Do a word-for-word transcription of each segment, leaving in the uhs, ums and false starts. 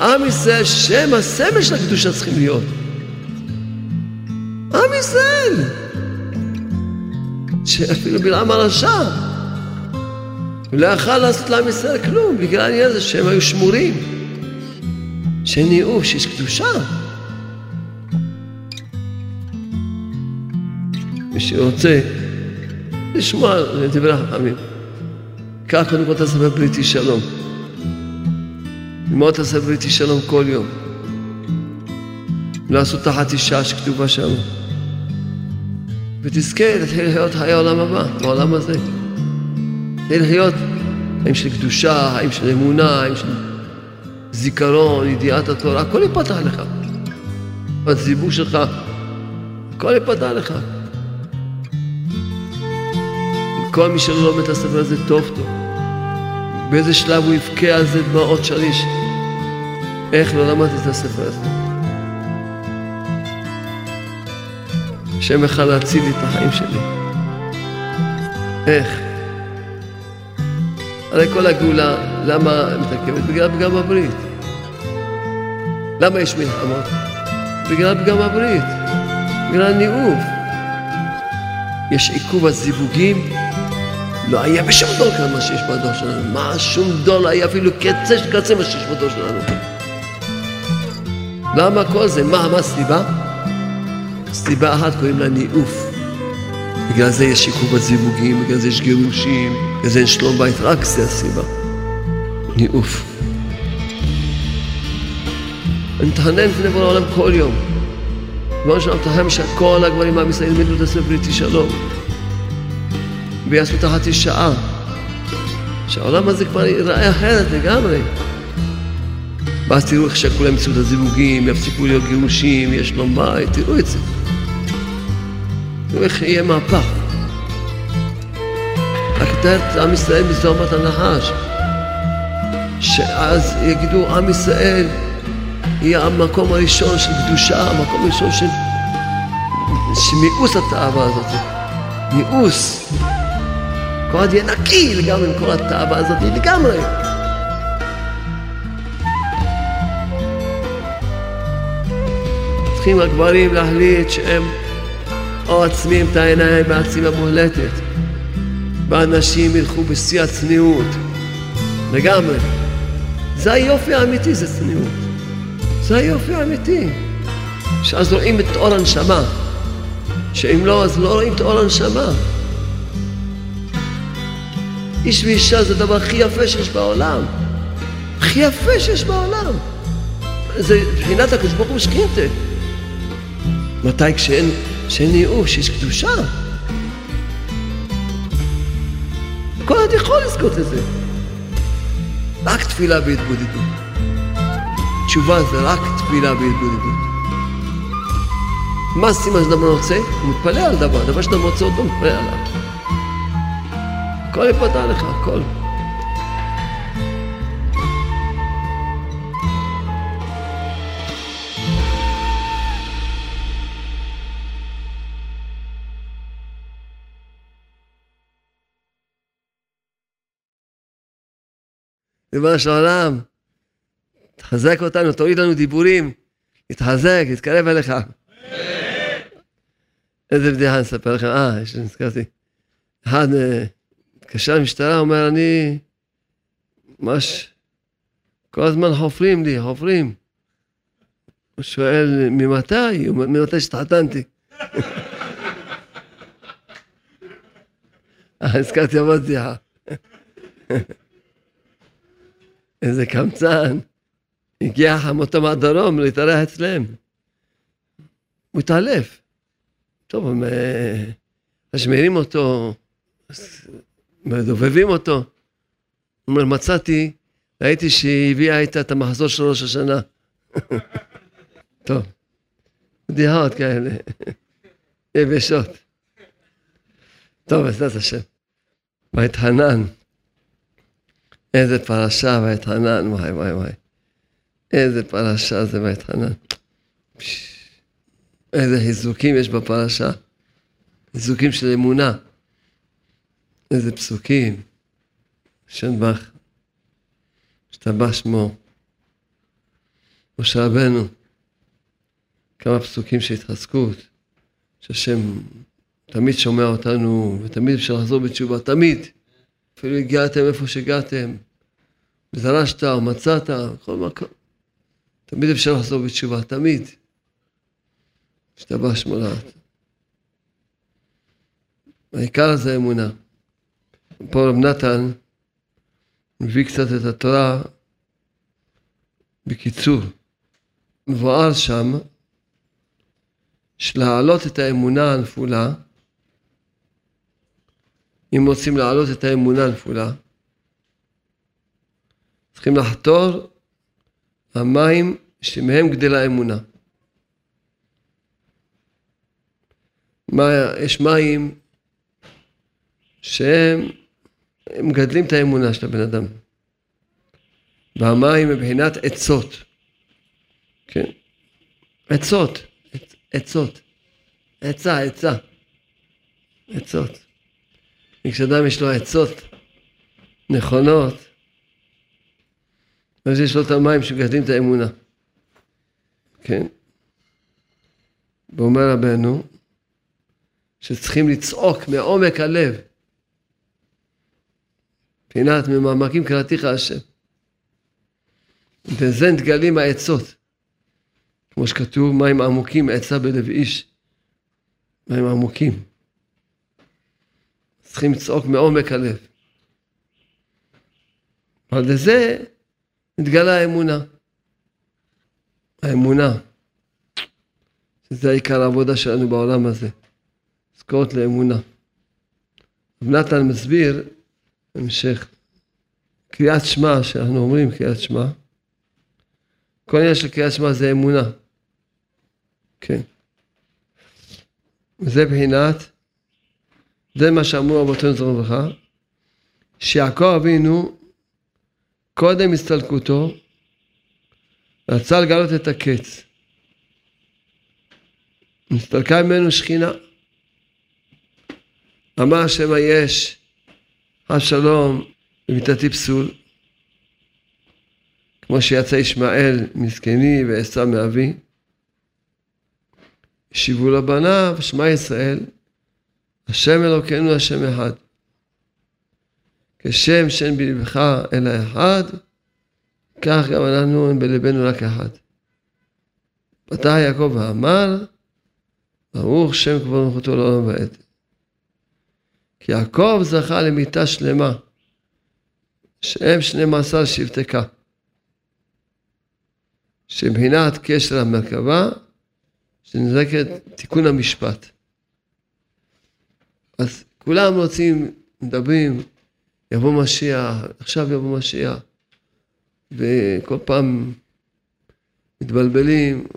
עם ישראל, שם הסמל של הקדושה צריכים להיות. עם ישראל. שאפילו בלעם הרשע. הוא לא יכל לעשות לעם ישראל כלום, בגלל העניין הזה שהם היו שמורים. שנראו שיש קדושה. מי שרוצה לשמוע לדברי החכמים, כך קודם כל את הספר בריתי שלום. ללמוד את הספר בריתי שלום כל יום. לעשות תחת אישה שכתובה שם. ותזכה להתחיל לחיות חיי העולם הבא, בעולם הזה. תתחיל לחיות חיים של קדושה, חיים של אמונה, חיים של זיכרון, ידיעת התורה, הכל יפתח לך. בציבור שלך, הכל יפתח לך. כל מי שלא לומד את הספר הזה טוב טוב. באיזה שלב הוא יבכה על זה דמעות שליש. איך לא למדתי את הספר הזה? השם יכל להציל את החיים שלי. איך? הרי כל הגאולה, למה מתעכבת? בגלל פגם הברית. למה יש מלחמות? בגלל פגם הברית. בגלל ניאוף. יש עיכוב הזיווגים. לא היה בשום דור כאן מה שיש בדור שלנו. מה? שום דור לא היה אפילו קצה של קצה מה שיש בדור שלנו. למה כל זה? מה? מה הסיבה? סיבה אחת קוראים לה ניאוף. בגלל זה יש עיכוב הזיווגים, בגלל זה יש גירושים, בגלל זה אין שלום בית, רק זה הסיבה. ניאוף. אני מתחנן לפני בורא העולם כל יום. כמו שאני מתחנן שכל הגברים עם ישראל ילמדו את הספר בריתי שלום. ויעשו תחת שעה. שהעולם הזה כבר ייראה אחרת לגמרי. ואז תראו איך שכולם יצאו את הזיווגים, יפסיקו להיות גירושים, יש שלום בית, תראו את זה. תראו איך יהיה מהפך. רק תאר עם ישראל מזוהמת הנחש. שאז יגידו, עם ישראל יהיה המקום הראשון של קדושה, המקום הראשון של שמיאוס התאווה הזאת. מיאוס. כל עוד יהיה נקי לגמרי עם כל התאווה הזאת, לגמרי. צריכים הגברים להחליט שהם או עצמים את העיניים בעצים המוחלטת. ואנשים ילכו בשיא הצניעות. לגמרי. זה היופי האמיתי, זה צניעות. זה היופי האמיתי. שאז רואים את אור הנשמה. שאם לא, אז לא רואים את אור הנשמה. איש ואישה זה הדבר הכי יפה שיש בעולם. הכי יפה שיש בעולם. זה מבחינת הקדוש ברוך הוא שכינתה. מתי כשאין שאין ניאוף, שיש קדושה? כל אחד יכול לזכות את זה. רק תפילה והתבודדות. תשובה זה רק תפילה והתבודדות. מה הסימן שאדם רוצה? הוא מתפלא על דבר. דבר שאדם רוצה אותו, מתפלא עליו. הכל יפתח לך, הכל. ריבונו של עולם, תחזק אותנו, תוריד לנו דיבורים, תתחזק, תתקרב אליך. איזה בדיחה נספר לכם, אה, יש לי נזכרתי. אחד התקשר למשטרה, אומר, אני ממש כל הזמן חופרים לי, חופרים. הוא שואל, ממתי? ממתי שתחתנתי. הזכרתי אבל בדיחה. איזה קמצן, הגיע חמותו מהדרום להתארח אצלם. הוא התעלף. טוב, הם משמירים אותו, מדובבים אותו. הוא אומר, מצאתי, ראיתי שהיא הביאה איתה את המחזור של ראש השנה. טוב, בדיחות כאלה, יבשות. טוב, בעזרת השם. ויתחנן. איזה פרשה ויתחנן, וואי וואי וואי. איזה פרשה זה ויתחנן. איזה חיזוקים יש בפרשה. חיזוקים של אמונה. איזה פסוקים. שנבח. שתבח שמו. משה רבנו, כמה פסוקים של התחזקות, שהשם תמיד שומע אותנו, ותמיד אפשר לחזור בתשובה, תמיד. אפילו הגעתם איפה שהגעתם, וזרשת או מצאת, בכל מקום. תמיד אפשר לחזור בתשובה, תמיד. שתבע שמולת. העיקר זה אמונה. פה רב נתן מביא קצת את התורה בקיצור. מבואר שם שלהעלות את האמונה הנפולה, אם רוצים להעלות את האמונה הנפולה, צריכים לחתור המים שמהם גדלה האמונה. מה, יש מים שהם הם מגדלים את האמונה של הבן אדם. והמים מבחינת עצות. כן? עצות. עצות. עצה, עצה. עצות. וכשאדם יש לו עצות נכונות, אז יש לו את המים שמגדלים את האמונה. כן? ואומר רבנו, שצריכים לצעוק מעומק הלב, מבחינת ממעמקים קראתיך השם. וזה נתגלים העצות. כמו שכתוב, מים עמוקים עצה בלב איש. מים עמוקים. צריכים לצעוק מעומק הלב. אבל לזה נתגלה האמונה. האמונה. שזה העיקר העבודה שלנו בעולם הזה. זכות לאמונה. רב נתן מסביר, המשך, קריאת שמע, שאנחנו אומרים קריאת שמע, כל עניין של קריאת שמע זה אמונה. כן. וזה בחינת, זה מה שאמרו רבותינו זכרונם לברכה, שיעקב אבינו, קודם הסתלקותו, רצה לגלות את הקץ. נסתלקה ממנו שכינה. אמר השם היש, השלום, במיתתי פסול, כמו שיצא ישמעאל מזקני ועשו מאבי, השיבו לבניו, שמע ישראל, השם אלוקינו השם אחד. כשם שאין בלבך אלא אחד, כך גם אנחנו אין בלבנו רק אחד. פתח יעקב ואמר, ברוך שם כבוד מלכותו לעולם ועד. כי יעקב זכה למיתה שלמה, שהם שנים עשר שבטך. שמבחינת קשר המרכבה, שנזכרת תיקון המשפט. אז כולם רוצים, מדברים, יבוא משיח, עכשיו יבוא משיח, וכל פעם מתבלבלים,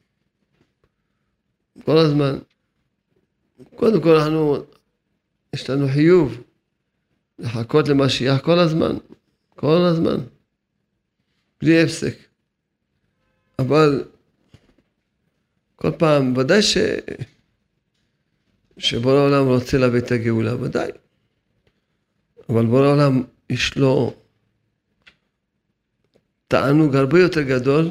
כל הזמן. קודם כל אנחנו, יש לנו חיוב לחכות למשיח כל הזמן, כל הזמן, בלי הפסק. אבל כל פעם, ודאי ש... שבורא העולם רוצה להביא את הגאולה, ודאי. אבל בורא העולם יש לו תענוג הרבה יותר גדול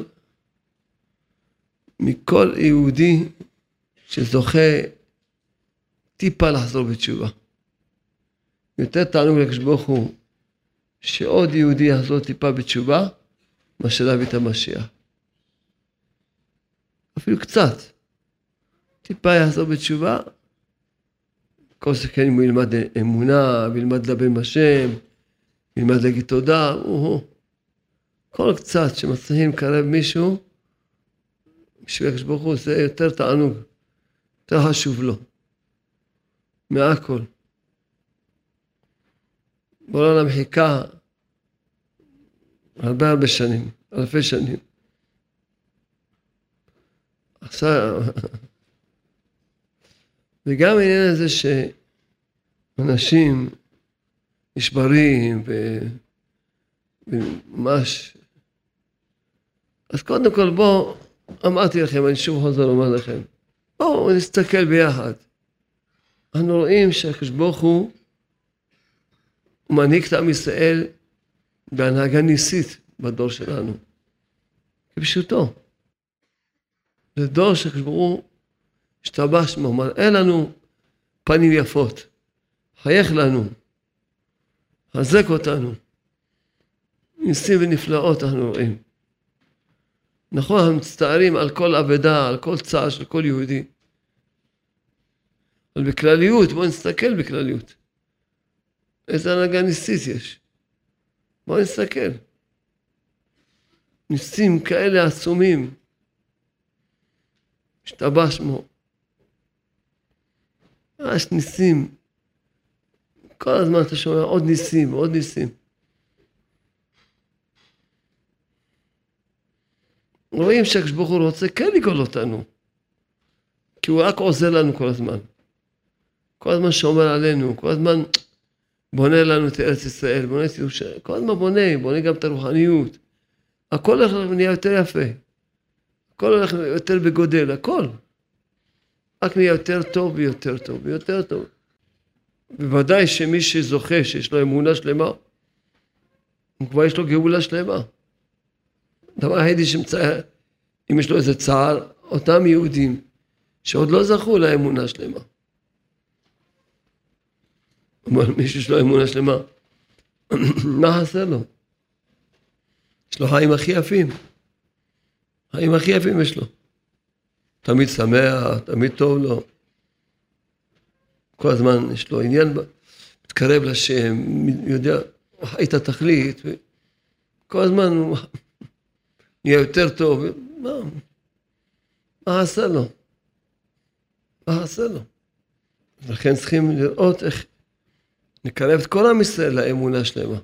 מכל יהודי שזוכה טיפה לחזור בתשובה. יותר תענוג לקדוש ברוך הוא שעוד יהודי יחזור טיפה בתשובה מאשר להביא את המשיח. אפילו קצת. טיפה יחזור בתשובה, כל שכן אם הוא ילמד אמונה, וילמד לדבר עם השם, וילמד להגיד תודה, או, כל קצת שמצליחים לקרב מישהו, בשביל הקדוש ברוך הוא זה יותר תענוג, יותר חשוב לו, מהכל. בורא העולם חיכה הרבה הרבה שנים, אלפי שנים. עכשיו, וגם העניין הזה שאנשים נשברים וממש, אז קודם כל בואו, אמרתי לכם, אני שוב חוזר לומר לכם, בואו נסתכל ביחד. אנחנו רואים שהקדוש ברוך הוא, הוא מנהיג את עם ישראל בהנהגה ניסית בדור שלנו. כפשוטו. זה דור שברוך השתבח שמו, מראה לנו פנים יפות, חייך לנו, חזק אותנו, ניסים ונפלאות אנחנו רואים. נכון, אנחנו מצטערים על כל אבדה, על כל צער של כל יהודי. אבל בכלליות, בואו נסתכל בכלליות. איזה הנהגה ניסית יש. בואו נסתכל. ניסים כאלה עצומים. השתבח שמו. יש ניסים. כל הזמן אתה שומע עוד ניסים, עוד ניסים. רואים שהקדוש ברוך הוא רוצה כן לגאול אותנו. כי הוא רק עוזר לנו כל הזמן. כל הזמן שומר עלינו, כל הזמן בונה לנו את ארץ ישראל, בונה את ירושלים, כל הזמן בונה, בונה גם את הרוחניות. הכל הולך נהיה יותר יפה. הכל הולך יותר בגודל, הכל. רק נהיה יותר טוב ויותר טוב ויותר טוב. בוודאי שמי שזוכה, שיש לו אמונה שלמה, הוא כבר יש לו גאולה שלמה. דבר היחידי שמצא, אם יש לו איזה צער, אותם יהודים שעוד לא זכו לאמונה שלמה. אבל מישהו יש לו אמונה שלמה, מה חסר לו? יש לו חיים הכי יפים. חיים הכי יפים יש לו. תמיד שמח, תמיד טוב לו. כל הזמן יש לו עניין, מתקרב לשם, יודע, הוא חי את התכלית, וכל הזמן הוא נהיה יותר טוב. מה? מה חסר לו? מה חסר לו? לכן צריכים לראות איך נקרב את כל עם ישראל לאמונה שלמה.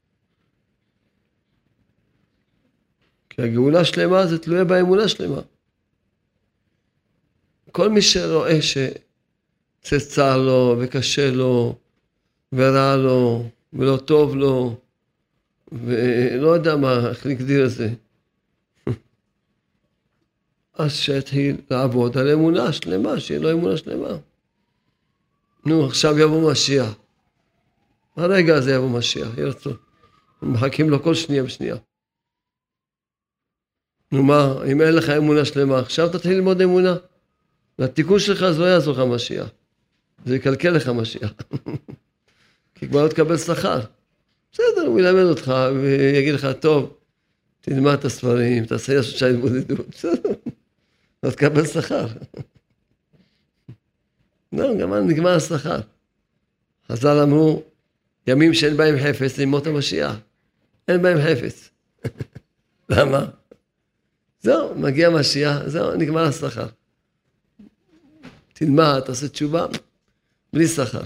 כי הגאולה שלמה זה תלויה באמונה שלמה. כל מי שרואה שצצה לו וקשה לו ורע לו ולא טוב לו ולא יודע מה, איך נגדיר את זה. אז שהתחיל לעבוד על אמונה שלמה, שיהיה לו אמונה שלמה. נו, עכשיו יבוא משיח. הרגע הזה יבוא משיח, ירצו. מחכים לו כל שנייה בשנייה. נו מה, אם אין לך אמונה שלמה, עכשיו תתחיל ללמוד אמונה. לתיקון שלך אז לא יעזור לך משיח. זה יקלקל לך משיח. כי כבר לא תקבל שכר. בסדר, הוא ילמד אותך ויגיד לך, טוב, תלמד את הספרים, תעשה לעשות שעה התבודדות. בסדר, לא תקבל שכר. לא, גם נגמר השכר. חז"ל אמרו, ימים שאין בהם חפץ, לימות המשיח. אין בהם חפץ. למה? זהו, מגיע משיח, זהו, נגמר השכר. תלמד, תעשה תשובה, בלי שכר.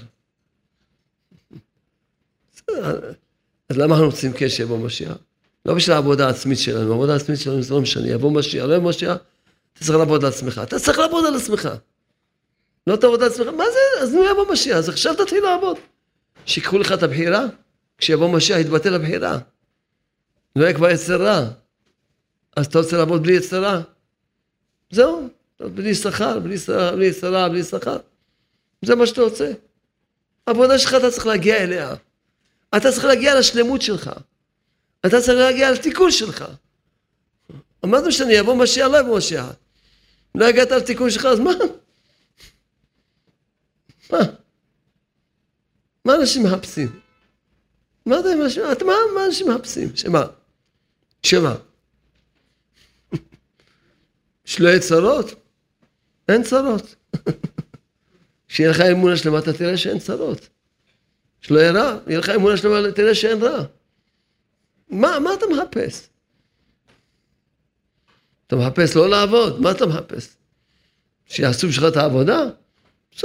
אז למה אנחנו רוצים קשר יבוא משיח? לא בשביל העבודה העצמית שלנו, העבודה העצמית שלנו זה לא משנה, יבוא משיח, לא יבוא משיח, אתה צריך לעבוד על עצמך, אתה צריך לעבוד על עצמך. לא תעבוד על עצמך, מה זה? אז נו יבוא משיח, אז עכשיו תתחיל לעבוד. שיקחו לך את הבחירה, כשיבוא משיח יתבטל הבחירה. לא יהיה כבר יצר רע. אז אתה רוצה לעבוד בלי יצר רע? זהו, בלי שכר, בלי שכר, בלי יצר רע, בלי שכר. זה מה שאתה רוצה. העבודה שלך אתה צריך להגיע אליה. אתה צריך להגיע לשלמות שלך. אתה צריך להגיע לתיקון שלך. אמרנו שאני יבוא משיח, לא יבוא משיח. לא הגעת לתיקון שלך, אז מה? מה? מה אנשים מחפשים? מה זה אנשים? מה, מה אנשים מחפשים? שמה? שמה? שלא יהיה צרות? אין צרות. שיהיה לך אמונה שלמה, אתה תראה שאין צרות. שלא יהיה רע, יהיה לך אמונה שלמה, תראה שאין רע. מה, מה אתה מחפש? אתה מחפש לא לעבוד, מה אתה מחפש? שיעשו בשבילך את העבודה? בסדר.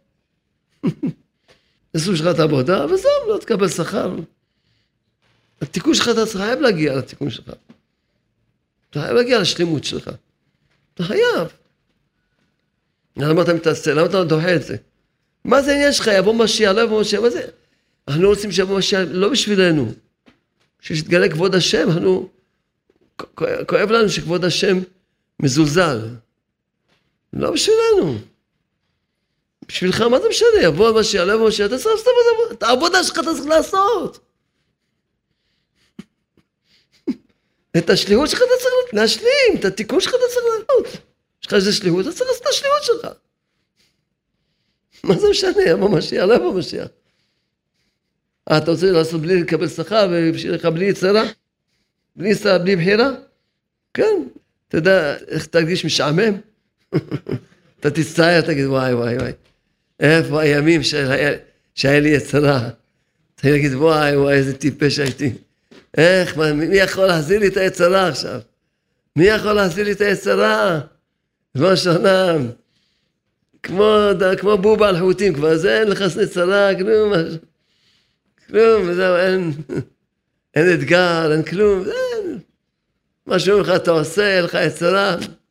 יעשו בשבילך את העבודה, וזהו, לא תקבל שכר. התיקון שלך, אתה חייב להגיע לתיקון שלך. אתה חייב להגיע לשלימות שלך. אתה חייב. למה אתה מתעשה? למה אתה דוחה את זה? מה זה העניין שלך? יבוא משיח, לא יבוא משיח, מה זה? אנחנו רוצים שיבוא משיח, לא בשבילנו. כשיתגלה כבוד השם, אנחנו, כואב לנו שכבוד השם מזולזל. לא בשבילנו. בשבילך, מה זה משנה? יבוא משיח, לא יבוא משיח, אתה צריך לעשות את העבודה שלך, אתה צריך לעשות. את השליחות שלך אתה צריך להשלים, את התיקון שלך אתה צריך לעשות. יש לך איזה שליחות, אתה צריך לעשות את השליחות שלך. מה זה משנה? יבוא משיח, לא יבוא משיח. אה, אתה רוצה לעשות בלי לקבל שכר, ובשביל לך בלי יצרה? בלי יצרה, בלי בחירה? כן. אתה יודע איך תרגיש משעמם? אתה תצטער, תגיד, וואי, וואי, וואי. איפה הימים שהיה לי יצרה? אתה תגיד, וואי, וואי, איזה טיפש הייתי. איך, מי יכול להחזיר לי את היצרה עכשיו? מי יכול להחזיר לי את היצרה? לא שנם. כמו, כמו בובה על חוטים, כבר זה, אין לך יצרה, כלום. כלום, וזהו, אין, אין אתגר, אין כלום, אין. מה שאומרים לך, אתה עושה, אין לך יצרה.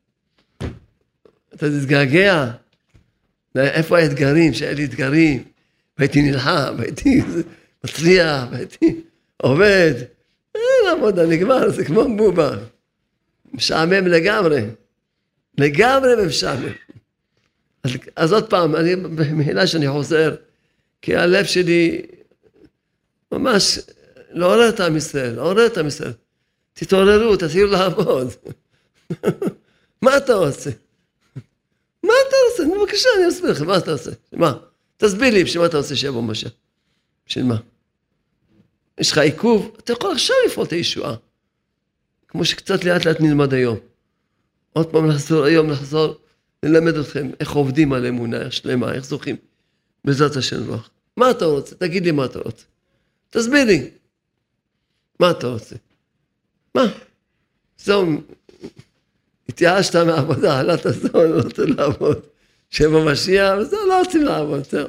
אתה תתגעגע. איפה האתגרים? שהיה לי אתגרים. והייתי נלחם, והייתי מצליח, והייתי עובד. אין עבודה, נגמר, זה כמו בובה. משעמם לגמרי. לגמרי משעמם. אז, אז עוד פעם, אני במילה שאני חוזר, כי הלב שלי ממש לעורר את עם ישראל, לעורר את עם ישראל. תתעוררו, תתחילו לעבוד. מה אתה עושה? מה אתה עושה? בבקשה, אני אסביר לך, מה אתה עושה? מה? תסביר לי, בשביל מה אתה עושה שיבוא משה? בשביל מה? יש לך עיכוב, אתה יכול עכשיו לפעול את הישועה. כמו שקצת לאט לאט נלמד היום. עוד פעם לחזור היום, לחזור, ללמד אתכם איך עובדים על אמונה, איך שלמה, איך זוכים. בעזרת השם רוח. מה אתה רוצה? תגיד לי מה אתה רוצה. תסביר לי. מה אתה רוצה? מה? זהו, התייאשת מהעבודה, לא תעזור, לא רוצה לעבוד. שבא משיח, וזהו, לא רוצים לעבוד, זהו.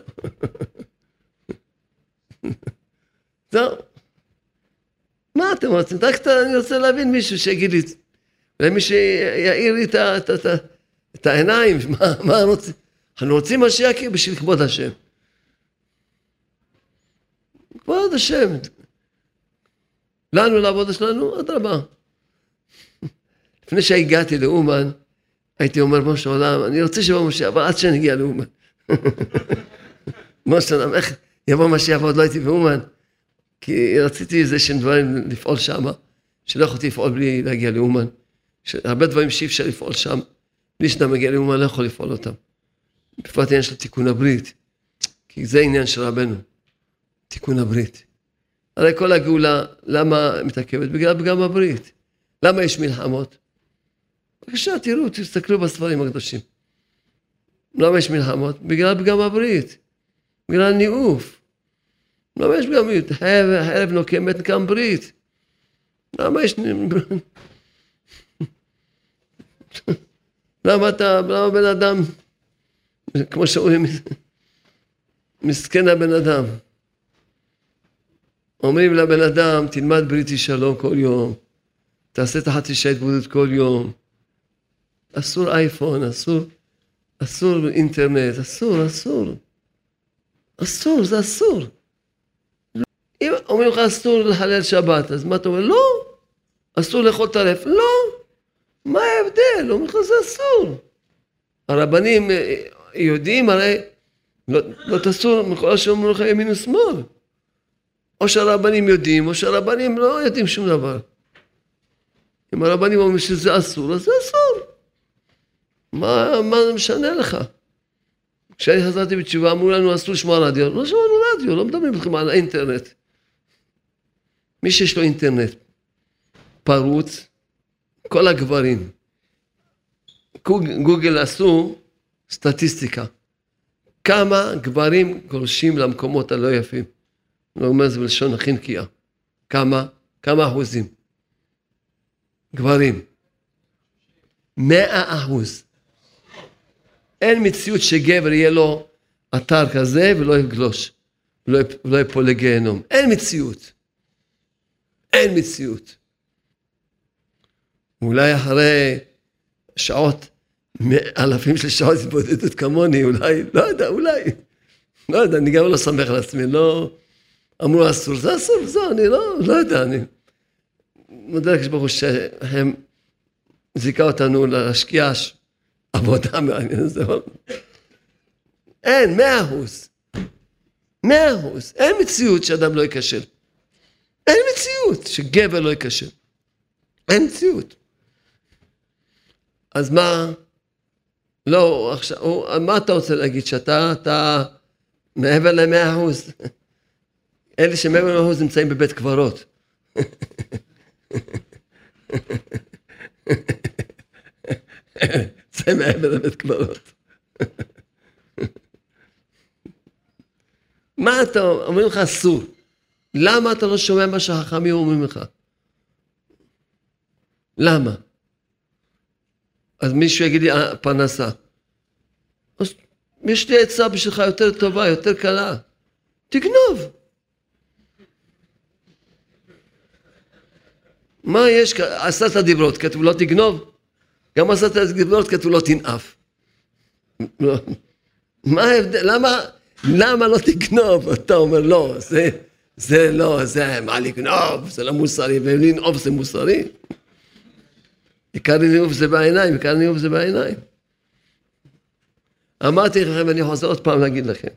זהו. מה אתם רוצים? רק אני רוצה להבין מישהו שיגיד לי, ומי שיעיר לי את, את, את, את העיניים, מה, מה רוצים? אנחנו רוצים משיח בשביל כבוד השם. כבוד השם. לנו לעבוד שלנו, עוד רבה. לפני שהגעתי לאומן, הייתי אומר, משה עולם, אני רוצה שיבוא משיח, אבל עד שאני אגיע לאומן. משה עולם, איך יבוא משיח, ועוד לא הייתי באומן, כי רציתי איזה שהם דברים לפעול שם, שלא יכולתי לפעול בלי להגיע לאומן. הרבה דברים שאי אפשר לפעול שם, בלי שאתה מגיע לאומן, לא יכול לפעול אותם. בפרט העניין של תיקון הברית, כי זה העניין של רבנו, תיקון הברית. הרי כל הגאולה, למה מתעכבת? בגלל פגם הברית. למה יש מלחמות? בבקשה, תראו, תסתכלו בספרים הקדושים. למה יש מלחמות? בגלל פגם הברית. בגלל ניאוף. למה יש פגם הברית? חרב נוקמת נקם ברית. למה יש... למה אתה, למה בן אדם, כמו שאומרים, מסכן הבן אדם. אומרים לבן אדם, תלמד בריתי שלום כל יום, תעשה תחת אישה התבודדות כל יום. אסור אייפון, אסור, אסור אינטרנט, אסור, אסור. אסור, זה אסור. אם אומרים לך אסור לחלל שבת, אז מה אתה אומר? לא, אסור לאכול טרף, לא. מה ההבדל? אומרים לך זה אסור. הרבנים יודעים, הרי לא, לא תסור מכל שאומרים לך ימין ושמאל. או שהרבנים יודעים, או שהרבנים לא יודעים שום דבר. אם הרבנים אומרים שזה אסור, אז זה אסור. מה, מה זה משנה לך? כשאני חזרתי בתשובה, אמרו לנו אסור לשמוע רדיו. לא שמענו רדיו, לא מדברים לכם על האינטרנט. מי שיש לו אינטרנט פרוץ, כל הגברים, גוגל עשו סטטיסטיקה. כמה גברים גורשים למקומות הלא יפים. אני אומר זה בלשון הכי נקייה. כמה? כמה אחוזים? גברים. מאה אחוז. אין מציאות שגבר יהיה לו אתר כזה ולא יגלוש. ולא, ולא יפול לגיהנום. אין מציאות. אין מציאות. אולי אחרי שעות, אלפים של שעות התבודדות כמוני, אולי, לא יודע, אולי. לא יודע, אני גם לא סמך על עצמי, לא... אמרו אסור, זה אסור, זה אני לא, לא יודע, אני מודה לקדוש ברוך הוא שהם זיקה אותנו להשקיע עבודה מעניין הזה. אין, מאה אחוז. מאה אחוז. אין מציאות שאדם לא יקשל. אין מציאות שגבר לא יקשל. אין מציאות. אז מה? לא, עכשיו, מה אתה רוצה להגיד? שאתה, אתה מעבר למאה אחוז? אלה שמעבר למאה אחוז נמצאים בבית קברות. זה מעבר לבית קברות. מה אתה, אומרים לך אסור? למה אתה לא שומע מה שהחכמים אומרים לך? למה? אז מישהו יגיד לי, פרנסה. אז יש לי עצה בשבילך יותר טובה, יותר קלה. תגנוב. מה יש? עשת הדיברות, כתוב לא תגנוב. גם עשת הדיברות, כתוב לא תנאף. מה ההבדל? למה, למה לא תגנוב? אתה אומר, לא, זה, זה לא, זה מה לגנוב, זה לא מוסרי, ולנאוף זה מוסרי. עיקר ניאוף זה בעיניים, עיקר ניאוף זה בעיניים. אמרתי לכם, ואני חוזר עוד פעם להגיד לכם,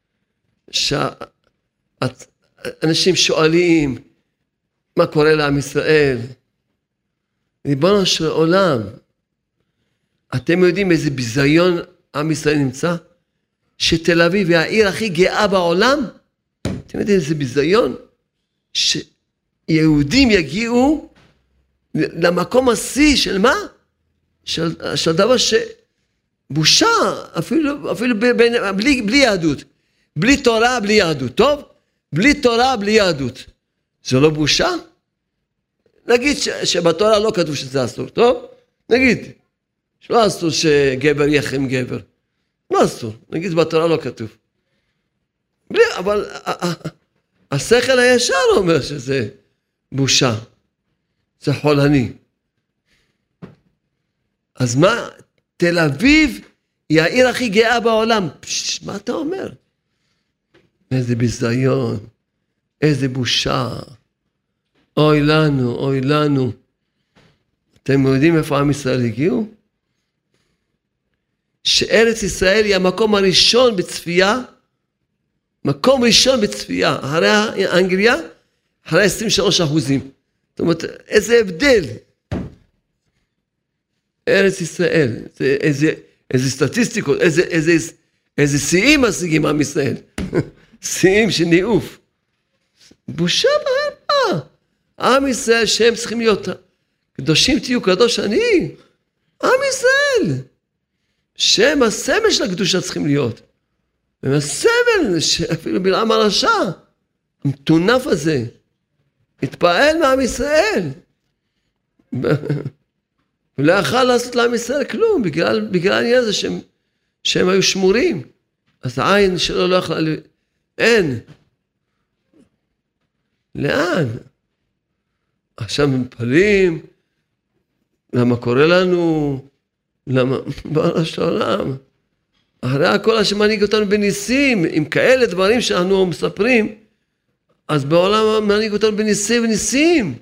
שאנשים שואלים, מה קורה לעם ישראל? ריבונו של עולם, אתם יודעים איזה ביזיון עם ישראל נמצא? שתל אביב היא העיר הכי גאה בעולם? אתם יודעים איזה ביזיון? שיהודים יגיעו למקום השיא של מה? של, של דבר שבושה, אפילו, אפילו ב, ב, בלי, בלי יהדות. בלי תורה, בלי יהדות. טוב? בלי תורה, בלי יהדות. זה לא בושה? נגיד ש, שבתורה לא כתוב שזה אסור, טוב? נגיד, שלא אסור שגבר יחם גבר. לא אסור, נגיד בתורה לא כתוב. בלי, אבל השכל הישר אומר שזה בושה. זה חולני. אז מה? תל אביב היא העיר הכי גאה בעולם. פש, מה אתה אומר? איזה ביזיון, איזה בושה. אוי לנו, אוי לנו. אתם יודעים איפה עם ישראל הגיעו? שארץ ישראל היא המקום הראשון בצפייה, מקום ראשון בצפייה, אחרי אנגליה, אחרי עשרים ושלושה אחוזים. זאת אומרת, איזה הבדל. ארץ ישראל, זה, איזה, איזה סטטיסטיקות, איזה, איזה, איזה שיאים משיגים עם ישראל. שיאים של ניאוף. בושה בהמה. עם ישראל שהם צריכים להיות קדושים תהיו קדוש אני. עם ישראל. שם הסמל של הקדושה צריכים להיות. והסמל שאפילו בלעם הרשע, המטונף הזה, התפעל מעם ישראל. ולא יכל לעשות לעם ישראל כלום, בגלל, בגלל העניין הזה שהם, שהם היו שמורים. אז העין שלו לא יכלה, אין. לאן? עכשיו מפלים, למה קורה לנו? למה? בראש העולם. אחרי הכל שמנהיג אותנו בניסים, עם כאלה דברים שאנחנו מספרים, אז בעולם מנהיג אותנו בניסים וניסים.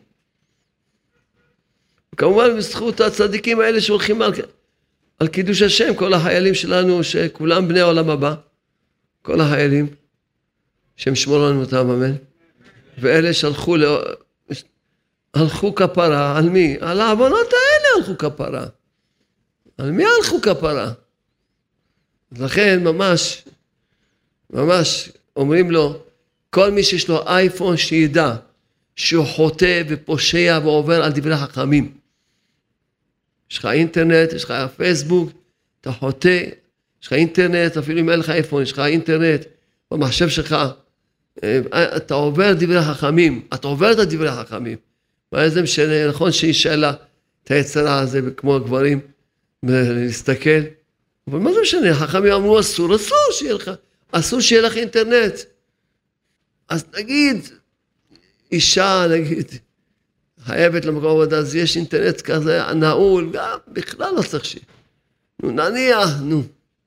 וכמובן בזכות הצדיקים האלה שהולכים על, על קידוש השם, כל החיילים שלנו, שכולם בני העולם הבא, כל החיילים, שהם שמור לנו אותם, אמן. ואלה שהלכו, הלכו כפרה, על מי? על העוונות האלה הלכו כפרה. על מי הלכו כפרה? לכן ממש, ממש אומרים לו, כל מי שיש לו אייפון שידע שהוא חוטא ופושע ועובר על דברי חכמים. יש לך אינטרנט, יש לך פייסבוק, אתה חוטא, יש לך אינטרנט, אפילו אם אין לך אייפון, יש לך אינטרנט, במחשב שלך, אתה עובר דברי חכמים, אתה עובר את דברי חכמים. וזה משנה, נכון שהיא שאלה את היצרה הזה כמו הגברים, ולהסתכל, אבל מה זה משנה? חכמים אמרו אסור, אסור שיהיה לך, אסור שיהיה לך אינטרנט. אז נגיד, אישה, נגיד, חייבת למקום עבודה, אז יש אינטרנט כזה נעול, גם בכלל לא צריך שיהיה. נו, נניח, נו.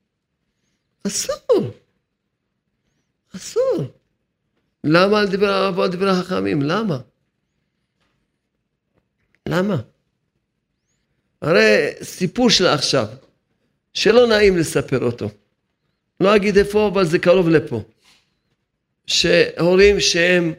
אסור. אסור. למה על דברי, דברי החכמים? למה? למה? הרי סיפור שלה עכשיו, שלא נעים לספר אותו. לא אגיד איפה, אבל זה קרוב לפה. שהורים שהם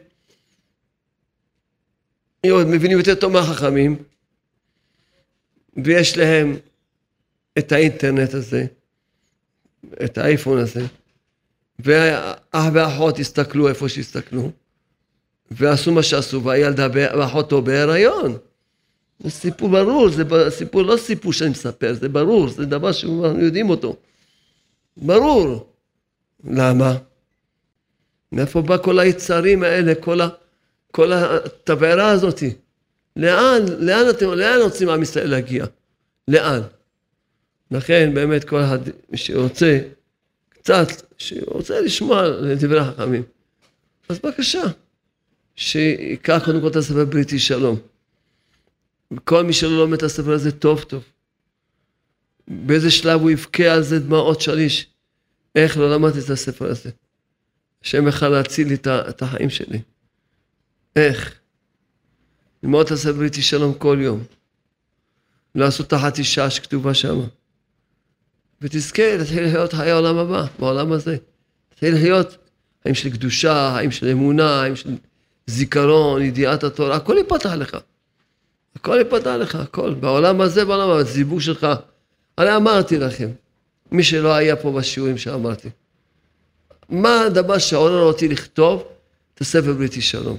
מבינים יותר טוב מהחכמים, ויש להם את האינטרנט הזה, את האייפון הזה, ואח ואחות הסתכלו איפה שהסתכלו, ועשו מה שעשו, והילדה ואחותו בהיריון. זה סיפור ברור, זה סיפור, לא סיפור שאני מספר, זה ברור, זה דבר שאנחנו יודעים אותו. ברור. למה? מאיפה בא כל היצרים האלה, כל, ה, כל התבערה הזאת? לאן, לאן אתם, לאן רוצים עם ישראל להגיע? לאן? לכן באמת כל אחד שרוצה, קצת, שרוצה לשמוע לדברי החכמים, אז בבקשה, שיקח קודם כל את הספר בריתי שלום. כל מי שלא לומד את הספר הזה טוב טוב. באיזה שלב הוא יבכה על זה דמעות שליש. איך לא למדתי את הספר הזה? השם יכל להציל לי את החיים שלי. איך? ללמוד את הספר בריתי שלום כל יום. לעשות את החצי שעה שכתובה שם. ותזכה להתחיל לחיות חיי העולם הבא, בעולם הזה. תתחיל לחיות חיים של קדושה, חיים של אמונה, חיים של זיכרון, ידיעת התורה, הכל יפתח לך. הכל יפתח לך, הכל. בעולם הזה, בעולם הזה, זיווג שלך. אני אמרתי לכם, מי שלא היה פה בשיעורים שאמרתי, מה הדבר שעורר אותי לכתוב את הספר בריתי שלום?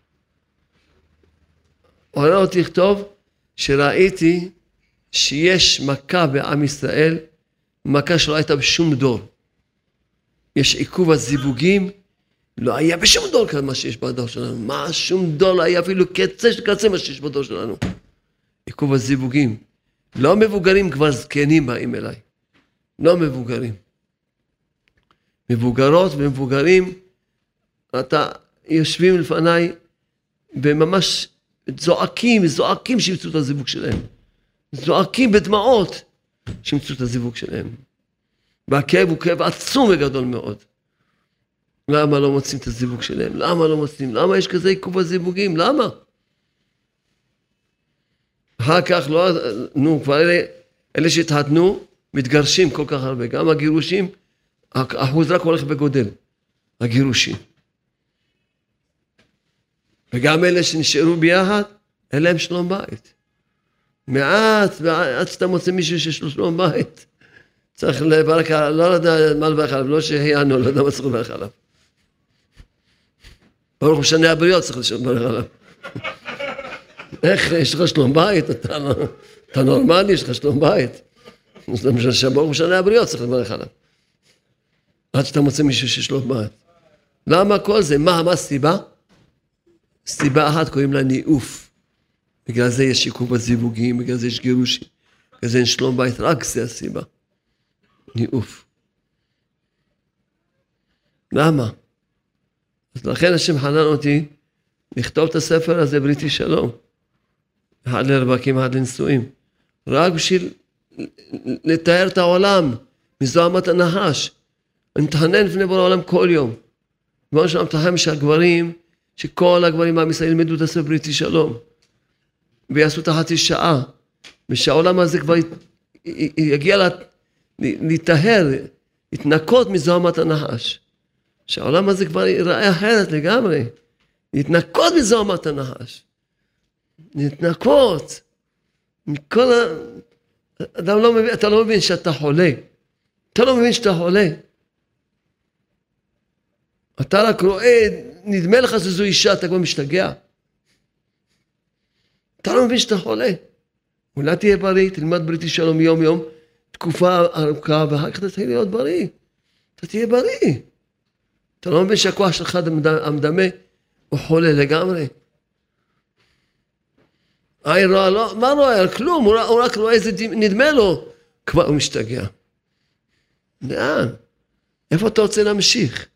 עורר אותי לכתוב שראיתי שיש מכה בעם ישראל, מכה שלא הייתה בשום דור. יש עיכוב הזיווגים, לא היה בשום דור כאן מה שיש בדור שלנו. מה, שום דור לא היה אפילו קצה של קצה מה שיש בדור שלנו. עיכוב הזיווגים. לא מבוגרים, כבר זקנים באים אליי. לא מבוגרים. מבוגרות ומבוגרים, אתה יושבים לפניי, וממש זועקים, זועקים שימצאו את הזיווג שלהם. זועקים בדמעות שימצאו את הזיווג שלהם. והכאב הוא כאב עצום וגדול מאוד. למה לא מוצאים את הזיווג שלהם? למה לא מוצאים? למה יש כזה עיכוב הזיווגים? למה? אחר כך לא, נו, כבר אלה, אלה שהתחתנו, מתגרשים כל כך הרבה. גם הגירושים, האחוז רק הולך וגודל. הגירושים. וגם אלה שנשארו ביחד, אין להם שלום בית. מעט, עד שאתה מוצא מישהו שיש לו שלום בית, צריך לברך עליו, לא יודע מה לברך עליו, לא שהיינו, לא יודע מה צריך לברך עליו. ברוך משנה הבריות צריך לברך עליו. איך, יש לך שלום בית? אתה, אתה נורמלי, יש לך שלום בית. ברוך משנה הבריות צריך לברך עליו. עד שאתה מוצא מישהו שיש שלום בית. למה כל זה? מה, מה הסיבה? סיבה אחת קוראים לה ניאוף. בגלל זה יש עיכוב בזיווגים, בגלל זה יש גירושים, בגלל זה אין שלום בית, רק זה הסיבה. ניאוף. למה? אז לכן השם חנן אותי לכתוב את הספר הזה בריתי שלום. אחד לרווקים, אחד לנשואים. רק בשביל לתאר את העולם מזוהמת הנחש. אני מתחנן לפני בורא העולם כל יום. בואו שלום תחם שהגברים, שכל הגברים בעם ישראל ילמדו את הספר בריתי שלום. ויעשו את החצי שעה. ושהעולם הזה כבר יגיע לה... להתאהר, להתנקות מזוהמת הנחש. שהעולם הזה כבר ייראה אחרת לגמרי. להתנקות מזוהמת הנחש. להתנקות. מכל ה... אדם לא מבין, אתה לא מבין שאתה חולה. אתה לא מבין שאתה חולה. אתה רק רואה, נדמה לך שזו אישה, אתה כבר משתגע. אתה לא מבין שאתה חולה. אולי תהיה בריא, תלמד בריתי שלום יום יום, תקופה ארוכה, ואחר כך תתחיל להיות בריא. אתה תהיה בריא. אתה לא מבין שהכוח שלך המדמה הוא חולה לגמרי. עין רואה, לא, מה רואה? כלום, הוא, הוא רק רואה איזה נדמה לו, כבר הוא משתגע. לאן? איפה אתה רוצה להמשיך?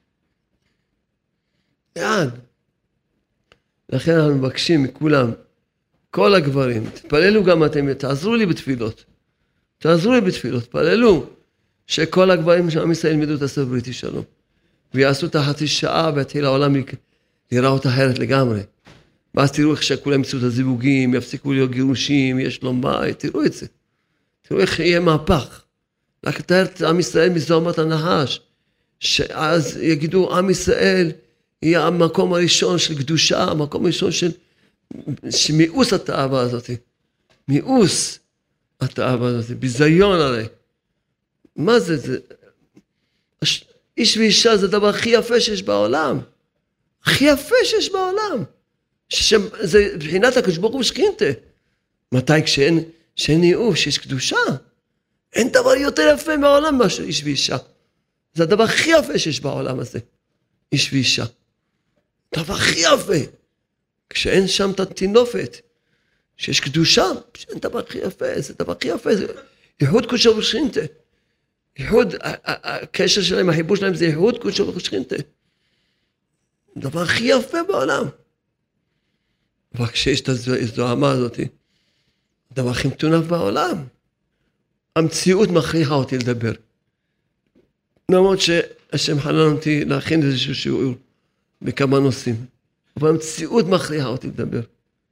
לאן? לכן אנחנו מבקשים מכולם, כל הגברים, תפללו גם אתם, תעזרו לי בתפילות. תעזרו לי בתפילות, תפללו, שכל הגברים של עם ישראל ילמדו את הספר בריתי שלום. ויעשו את החצי שעה ויתחיל העולם לראות אחרת לגמרי. ואז תראו איך שכולם יצאו את הזיווגים, יפסיקו להיות גירושים, יש שלום בית, תראו את זה. תראו איך יהיה מהפך. רק תאר את עם ישראל מזוהמת הנחש, שאז יגידו עם ישראל יהיה המקום הראשון של קדושה, המקום הראשון של, של מיאוס התאווה הזאת. מיאוס. התאווה הזאת, זה ביזיון הרי. מה זה? זה... איש ואישה זה הדבר הכי יפה שיש בעולם. הכי יפה שיש בעולם. זה בחינת הקדוש ברוך הוא ושכינתה. מתי? כשאין, כשאין ייאוב, שיש קדושה. אין דבר יותר יפה בעולם מאשר איש ואישה. זה הדבר הכי יפה שיש בעולם הזה. איש ואישה. הדבר הכי יפה. כשאין שם את התינופת, שיש קדושה, אין דבר הכי יפה, זה דבר הכי יפה. זה ייחוד קודשו ושכינתה. ייחוד, הקשר שלהם, החיבור שלהם זה ייחוד קודשו ושכינתה. הדבר הכי יפה בעולם. אבל כשיש את הזוהמה הזאת, הדבר הכי מטונף בעולם. המציאות מכריחה אותי לדבר. למרות שהשם חנן אותי להכין איזשהו שיעור בכמה נושאים. אבל המציאות מכריחה אותי לדבר.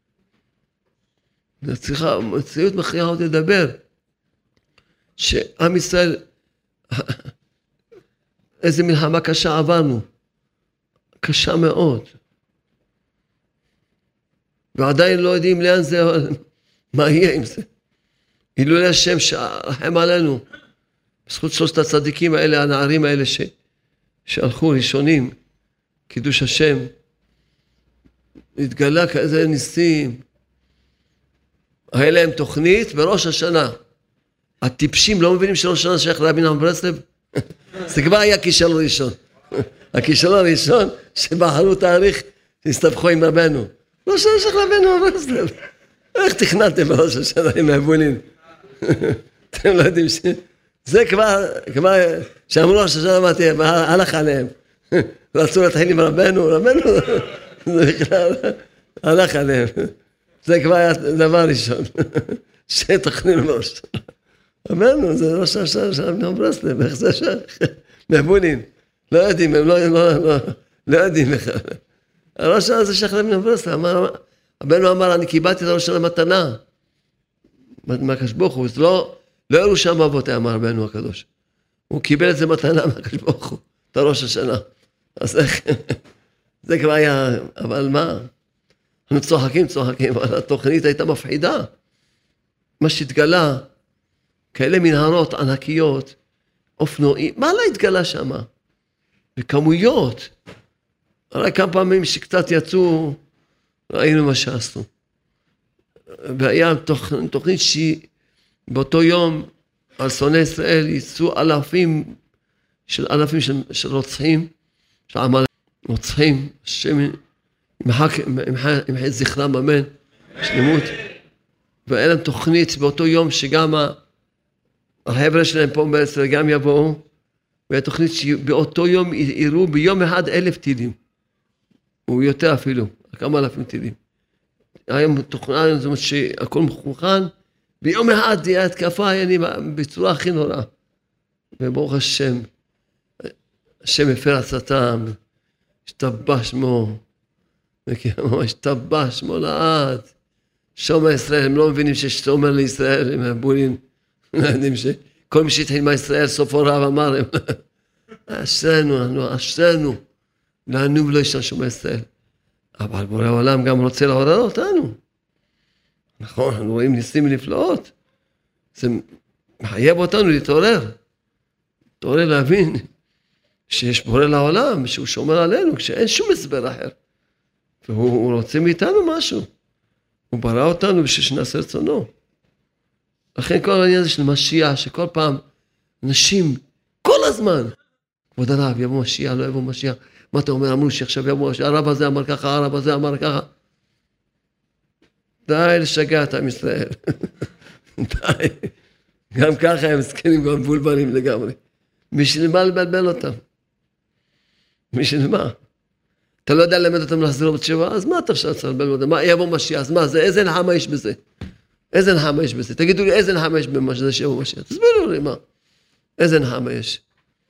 המציאות מכריחה אותי לדבר. שעם ישראל, איזה מלחמה קשה עברנו. קשה מאוד. ועדיין לא יודעים לאן זה, מה יהיה עם זה. אילולי השם שרחם עלינו, בזכות שלושת הצדיקים האלה, הנערים האלה ש, שהלכו ראשונים, קידוש השם, התגלה כאיזה ניסים, היה להם תוכנית בראש השנה. הטיפשים לא מבינים שראש השנה שייך רבי נחמן מברסלב? זה כבר היה כישלון ראשון. הכישלון הראשון שבחרו תאריך שהסתבכו עם רבנו. ראש השנה שייך רבי נחמן מברסלב. איך תכנתם בראש השנה עם הבולים? אתם לא יודעים ש... זה כבר, כבר, שאמרו ראש השנה אמרתי, הלך עליהם. רצו להתחיל עם רבנו, רבנו, זה בכלל, הלך עליהם. זה כבר היה דבר ראשון. שתכנין ראש. רבנו, זה ראש השנה של רבי נחמן מברסלב, איך זה שייך? מהבולים. לא יודעים, הם לא, לא, לא, לא יודעים בכלל. הראש השנה זה שייך רבי נחמן מברסלב, אמר, רבנו אמר, אני קיבלתי את הראש השנה מתנה. מהקדוש ברוך הוא, זה לא, לא הראו שם אבותי, אמר רבנו הקדוש. הוא קיבל את זה מתנה מהקדוש ברוך הוא, את הראש השנה. אז איך, זה כבר היה, אבל מה? אנחנו צוחקים, צוחקים, אבל התוכנית הייתה מפחידה. מה שהתגלה, כאלה מנהרות ענקיות, אופנועים, מה לא התגלה שם? בכמויות. הרי כמה פעמים שקצת יצאו, ראינו מה שעשו. והיה תוכנית שהיא באותו יום על שונאי ישראל יצאו אלפים של אלפים של, של רוצחים, של עמל רוצחים, השם ימחה זכרם אמן, שלמות. והיה להם תוכנית באותו יום שגם החבר'ה שלהם פה בארץ גם יבואו, והיה תוכנית שבאותו יום יראו ביום אחד אלף טילים, ויותר אפילו, כמה אלפים טילים. היום תוכנן, זאת אומרת שהכל מוכן, ביום אחד תהיה התקפה, אני בצורה הכי נוראה. וברוך השם, השם הפר עצתם, השתבח שמו, ממש השתבח שמו לעד. שומע ישראל, הם לא מבינים שיש שומר לישראל, הם הבולים, לא יודעים שכל מי שהתחיל מהישראל, סופו רב אמר, אשרנו, אשרנו, לנו ולא ישן שומע ישראל. אבל בורא העולם גם רוצה לעורר אותנו. נכון, אנחנו רואים ניסים ונפלאות. זה מחייב אותנו להתעורר. להתעורר להבין שיש בורא לעולם, שהוא שומר עלינו, כשאין שום הסבר אחר. והוא רוצה מאיתנו משהו. הוא ברא אותנו בשביל שנעשה רצונו. לכן כל העניין הזה של משיח, שכל פעם אנשים, כל הזמן, כבוד הרב, יבוא משיח, לא יבוא משיח. מה אתה אומר? אמרו שעכשיו יבוא, הרב הזה אמר ככה, הרב הזה אמר ככה. די לשגע את עם ישראל. די. גם ככה הם מסכנים גם בולבלים לגמרי. בשביל מה לבלבל אותם? בשביל מה? אתה לא יודע ללמד אותם להחזיר בתשובה, אז מה אתה עכשיו צריך לבלבל אותם? מה יבוא משיח? אז מה זה? איזה נחמה יש בזה? איזה נחמה יש בזה? תגידו לי איזה נחמה יש במה שזה שיבוא משיח? תסבירו לי מה. איזה נחמה יש?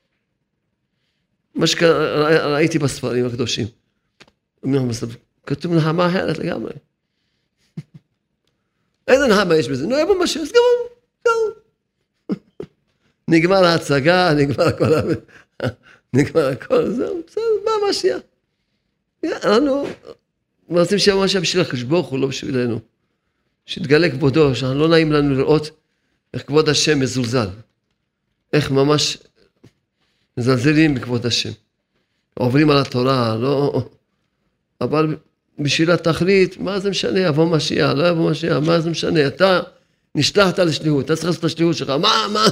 מה שראיתי בספרים הקדושים. כתוב נחמה אחרת לגמרי. איזה נחמה יש בזה? נו, יבוא משיח, אז גמור, גמור. נגמר ההצגה, נגמר הכל, נגמר הכל, זהו, בסדר, מה משיח? אנחנו רוצים שיבוא משיח בשביל הקדוש ברוך הוא, לא בשבילנו. שיתגלה כבודו, שאנחנו לא נעים לנו לראות איך כבוד השם מזולזל. איך ממש מזלזלים בכבוד השם. עוברים על התורה, לא... אבל בשביל התכלית, מה זה משנה? יבוא משיח, לא יבוא משיח, מה זה משנה? אתה נשלחת לשליחות, אתה צריך לעשות את השליחות שלך, מה, מה?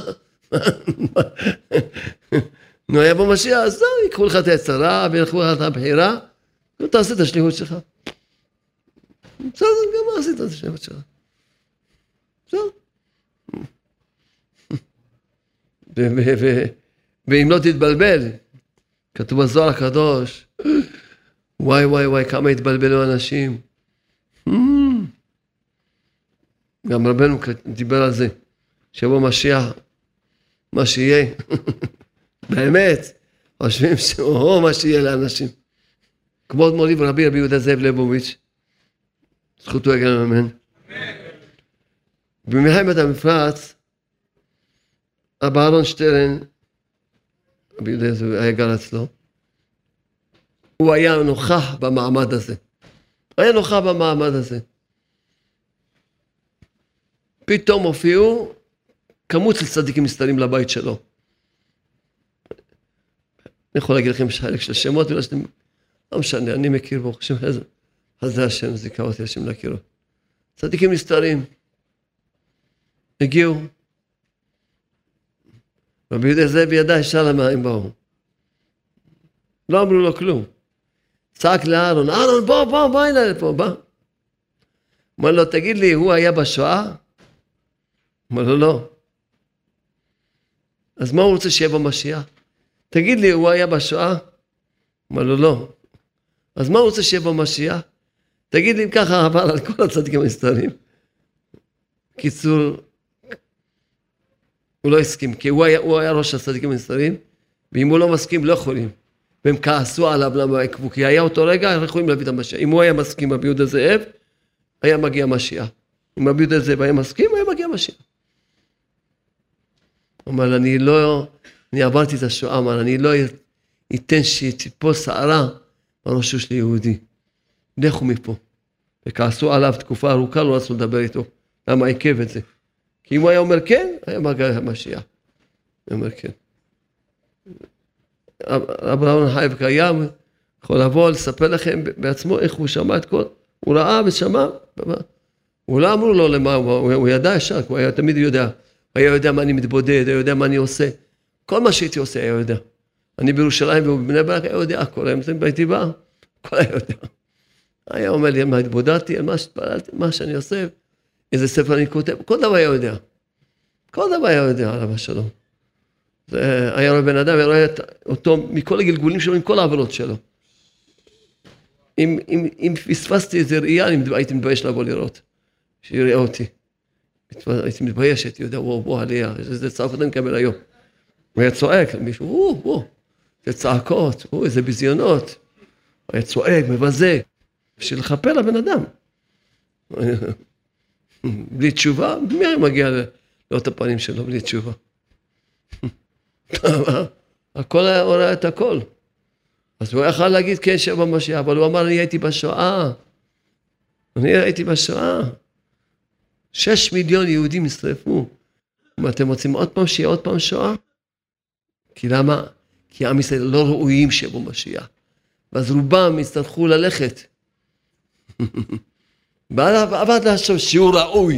נו, יבוא משיח, אז לא, יקחו לך את היצרה, וילכו לך את הבחירה, ותעשה את השליחות שלך. בסדר, גם מה עשית את השליחות שלך? בסדר. ואם לא תתבלבל, כתוב בזוהר הקדוש, וואי וואי וואי, כמה התבלבלו אנשים. גם רבנו דיבר על זה, שבו משיח, מה שיהיה, באמת, חושבים שהוא מה שיהיה לאנשים. כבוד מורי ורבי רבי יהודה זאב ליבוביץ', זכותו יגן אמן. במלחמת המפרץ, אבא אהרון שטרן, רבי יהודה זאב היה גר אצלו, הוא היה נוכח במעמד הזה. היה נוכח במעמד הזה. פתאום הופיעו כמות של צדיקים מסתרים לבית שלו. אני יכול להגיד לכם חלק של שמות, ולא שאתם, לא משנה, אני מכיר בו, חושב איזה, אז זה השם, זיכה אותי השם להכירו. צדיקים מסתרים. הגיעו. רבי יהודה זאב ידע ישר למה הם באו. לא אמרו לו כלום. צעק לאהרון, אהרון בוא, בוא, בוא הנה לפה, בוא. אמר לו, תגיד לי, הוא היה בשואה? אמר לו, לא. אז מה הוא רוצה שיהיה במשיח? תגיד לי, הוא היה בשואה? אמר לו, לא. אז מה הוא רוצה שיהיה במשיח? תגיד לי, אם ככה עבר על כל הצדיקים המסתרים. קיצור, הוא לא הסכים, כי הוא היה, הוא היה ראש הצדיקים המסתרים, ואם הוא לא מסכים, לא יכולים. והם כעסו עליו למה עקבו, כי היה אותו רגע, הם יכולים להביא את המשיח. אם הוא היה מסכים, רבי יהודה זאב, היה מגיע משיח. אם רבי יהודה זאב היה מסכים, היה מגיע משיח. הוא אומר, אני לא, אני עברתי את השואה, אמר, אני לא אתן שתיפול שערה בראשו של יהודי. לכו מפה. וכעסו עליו תקופה ארוכה, לא רצו לדבר איתו. למה עיכב את זה? כי אם הוא היה אומר כן, היה מגיע המשיח. הוא אומר כן. רבי אהרון חי וקיים, יכול לבוא לספר לכם בעצמו איך הוא שמע את כל, הוא ראה ושמע, הוא לא אמרו לו למה, הוא ידע ישר, הוא היה תמיד יודע, היה יודע מה אני מתבודד, היה יודע מה אני עושה, כל מה שהייתי עושה היה יודע. אני בירושלים ובבני ברק היה יודע הכל, היה מסיים ביתי בא, הכל היה יודע. היה אומר לי מה התבודדתי, על מה שהתפללתי, מה שאני עושה, איזה ספר אני כותב, כל דבר היה יודע. כל דבר היה יודע עליו השלום. זה היה רואה בן אדם, היה אותו מכל הגלגולים שלו, עם כל העברות שלו. אם, אם, אם פספסתי איזה ראייה, אני הייתי מתבייש לבוא לראות, שיראה אותי. הייתי מתבייש, הייתי יודע, וואו, וואו, עליה, איזה צעקות אני מקבל היום. הוא היה צועק, מישהו, וואו, וואו, זה צעקות, וואו, איזה ביזיונות. הוא היה צועק, מבזה, בשביל לחפר לבן אדם. בלי תשובה, מי מגיע לאות הפנים שלו, בלי תשובה? הכל היה הוראה את הכל. אז הוא יכול להגיד כן שבא משיח, אבל הוא אמר אני הייתי בשואה. אני הייתי בשואה. שש מיליון יהודים נשרפו. ואתם רוצים עוד פעם שיהיה עוד פעם שואה? כי למה? כי עם ישראל לא ראויים שבו משיח. ואז רובם יצטרכו ללכת. ועבד לחשוב שהוא ראוי.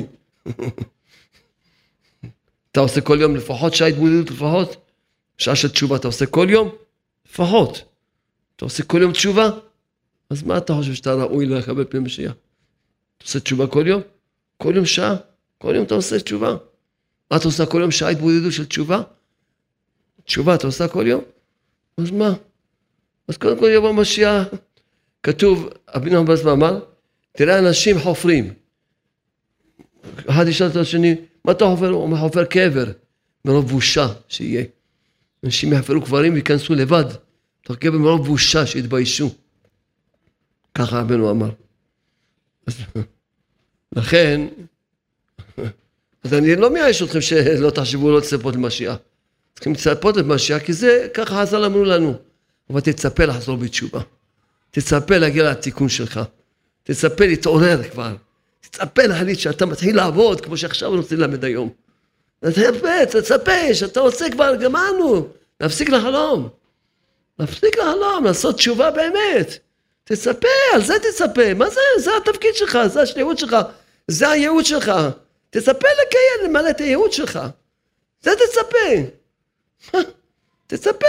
אתה עושה כל יום לפחות שעה התבודדות לפחות? שעה של תשובה אתה עושה כל יום? לפחות. אתה עושה כל יום תשובה? אז מה אתה חושב שאתה ראוי לקבל פני משיח? אתה עושה תשובה כל יום? כל יום שעה? כל יום אתה עושה תשובה? מה אתה עושה כל יום שעה התבודדות של תשובה? תשובה אתה עושה כל יום? אז מה? אז קודם כל יבוא משיח, כתוב, אבינו המבז אמר, תראה אנשים חופרים. אחד ישאל את השני, מה אתה חופר? הוא חופר קבר, מרוב בושה שיהיה. אנשים יחפרו קברים ויכנסו לבד, תוך קבר מרוב בושה שיתביישו. ככה אבינו אמר. אז, לכן, אז אני לא מייאש אתכם שלא תחשבו לא תצפות למשיח. צריכים לצפות למשיח, כי זה ככה חז"ל אמרו לנו. אבל תצפה לחזור בתשובה. תצפה להגיע לתיקון שלך. תצפה להתעורר כבר. תצפה להחליט שאתה מתחיל לעבוד כמו שעכשיו אני רוצה ללמד היום. תצפה, תצפה, שאתה רוצה כבר, גמרנו, להפסיק לחלום. להפסיק לחלום, לעשות תשובה באמת. תצפה, על זה תצפה. מה זה? זה התפקיד שלך, זה השליחות שלך, זה הייעוד שלך. תצפה לקיים, למלא את הייעוד שלך. זה תצפה. תצפה.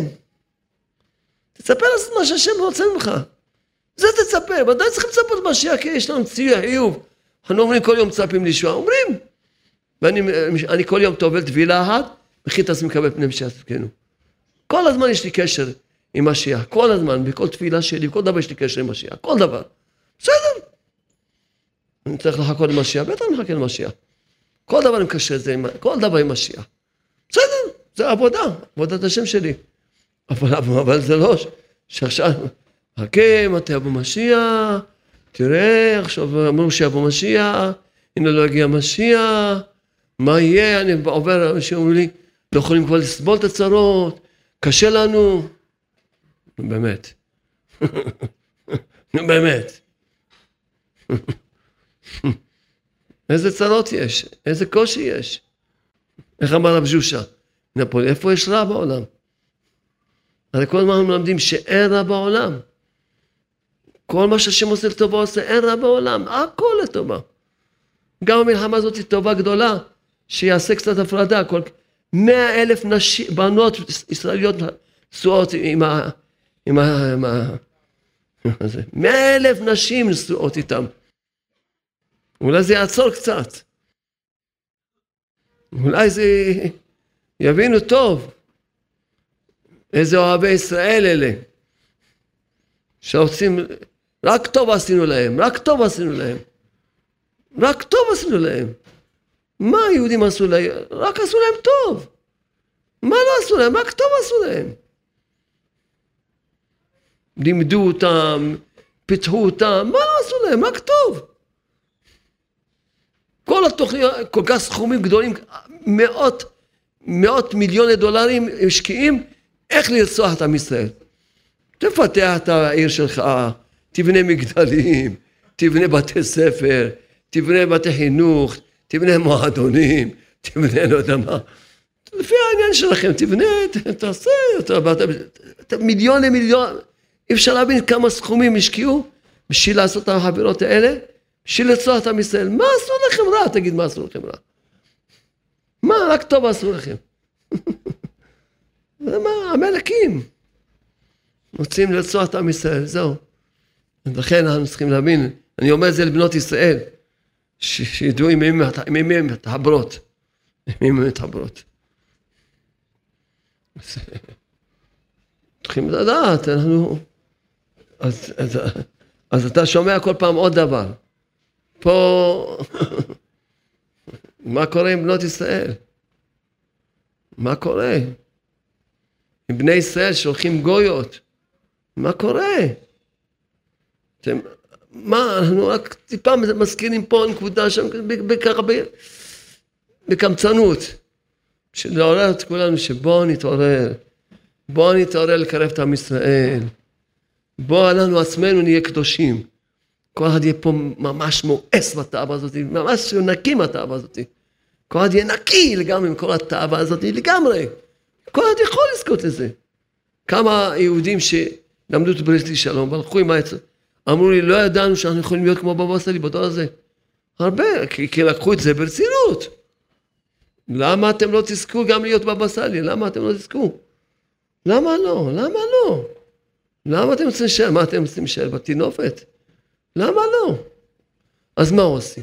תצפה לעשות מה שהשם רוצה ממך. זה תצפה. ודאי צריכים לצפות משיח, כי יש לנו ציור חיוב. אנחנו אומרים כל יום מצפים לישועה. אומרים. ואני אני כל יום טובל טבילה אחת, מכין את עצמי לקבל פני משיח צדקנו. כל הזמן יש לי קשר עם משיח. כל הזמן, בכל תפילה שלי, בכל דבר יש לי קשר עם משיח. כל דבר. בסדר. אני צריך לחכות למשיח. בטח אני מחכה למשיח. כל דבר אני מקשר את זה, כל דבר עם משיח. בסדר. זה עבודה. עבודת השם שלי. אבל, אבל זה לא שעכשיו, חכה, מתי אבו משיח, תראה, עכשיו אמרו שאבו משיח, הנה לא הגיע משיח, מה יהיה? אני עובר, אנשים אומרים לי, לא יכולים כבר לסבול את הצרות, קשה לנו. באמת. באמת. איזה צרות יש? איזה קושי יש? איך אמר רב ז'ושה? איפה יש רע בעולם? הרי כל הזמן מלמדים שאין רע בעולם. כל מה שהשם עושה לטובה עושה, אין רע בעולם. הכל לטובה. גם המלחמה הזאת היא טובה גדולה, שיעשה קצת הפרדה. כל מאה אלף נשים, בנות ישראליות נשואות עם ה... עם ה... עם ה... מאה אלף נשים נשואות איתם. אולי זה יעצור קצת. אולי זה יבינו טוב. איזה אוהבי ישראל אלה. שרוצים, רק טוב עשינו להם, רק טוב עשינו להם. רק טוב עשינו להם. מה היהודים עשו להם? רק עשו להם טוב. מה לא עשו להם? רק טוב עשו להם. לימדו אותם, פיתחו אותם, מה לא עשו להם? רק טוב. כל התוכניות, כל כך סכומים גדולים, מאות, מאות מיליוני דולרים משקיעים, איך לרצוח את עם ישראל. תפתח את העיר שלך, תבנה מגדלים, תבנה בתי ספר, תבנה בתי חינוך, תבנה מועדונים, תבנה לא יודע מה. לפי העניין שלכם, תבנה, תעשה, מיליוני מיליון, אי אפשר להבין כמה סכומים השקיעו בשביל לעשות את החבירות האלה, בשביל לרצוח את עם ישראל. מה עשו לכם רע? תגיד, מה עשו לכם רע? מה? רק טוב עשו לכם. זה מה? המלכים. רוצים לרצוח את עם ישראל, זהו. לכן אנחנו צריכים להבין, אני אומר את זה לבנות ישראל, שידעו עם מי הם מתחברות. עם מי הם מתחברות. צריכים לדעת, אנחנו... אז, אז, אז אתה שומע כל פעם עוד דבר. פה... מה קורה עם בנות ישראל? מה קורה? עם בני ישראל שהולכים גויות. מה קורה? אתם, מה, אנחנו רק טיפה מזכירים פה נקודה שם, ככה בקמצנות. שלעורר את כולנו שבואו נתעורר. בואו נתעורר לקרב את עם ישראל. בואו לנו עצמנו נהיה קדושים. כל אחד יהיה פה ממש מואס בתאווה הזאת, ממש נקי מהתאווה הזאת. כל אחד יהיה נקי לגמרי מכל התאווה הזאת, לגמרי. כל אחד יכול לזכות לזה. כמה יהודים שלמדו את ברית שלום, והלכו עם העץ, אמרו לי, לא ידענו שאנחנו יכולים להיות כמו בבא סאלי בדור הזה. הרבה, כי, כי לקחו את זה ברצינות. למה אתם לא תזכו גם להיות בבא סאלי? למה אתם לא תזכו? למה לא? למה לא? למה אתם רוצים להישאר? מה אתם רוצים להישאר בתינופת? למה לא? אז מה עושים?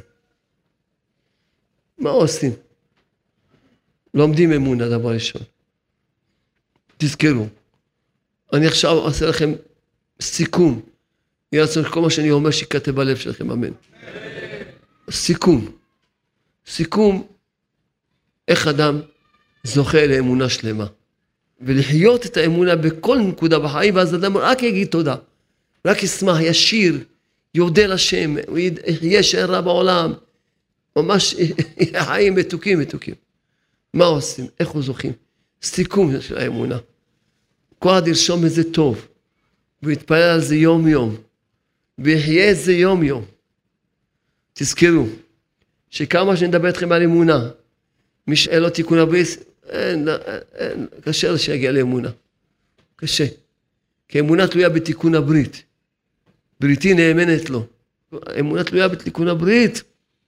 מה עושים? לומדים אמונה, דבר ראשון. תזכרו. אני עכשיו אעשה לכם סיכום. יהיה רצון כל מה שאני אומר שיכתב בלב שלכם, אמן. סיכום. סיכום, איך אדם זוכה לאמונה שלמה. ולחיות את האמונה בכל נקודה בחיים, ואז אדם רק יגיד תודה. רק ישמח, ישיר, יודה לשם, יהיה שאין רע בעולם. ממש חיים מתוקים, מתוקים. מה עושים? איך הוא זוכים? סיכום של האמונה. כל עד ירשום את זה טוב, ויתפלל על זה יום יום, ויחיה את זה יום יום. תזכרו, שכמה שנדבר אתכם על אמונה, מי שאין לו תיקון הברית, אין, אין, קשה לו שיגיע לאמונה. קשה. כי אמונה תלויה בתיקון הברית. בריתי נאמנת לו. אמונה תלויה בתיקון הברית.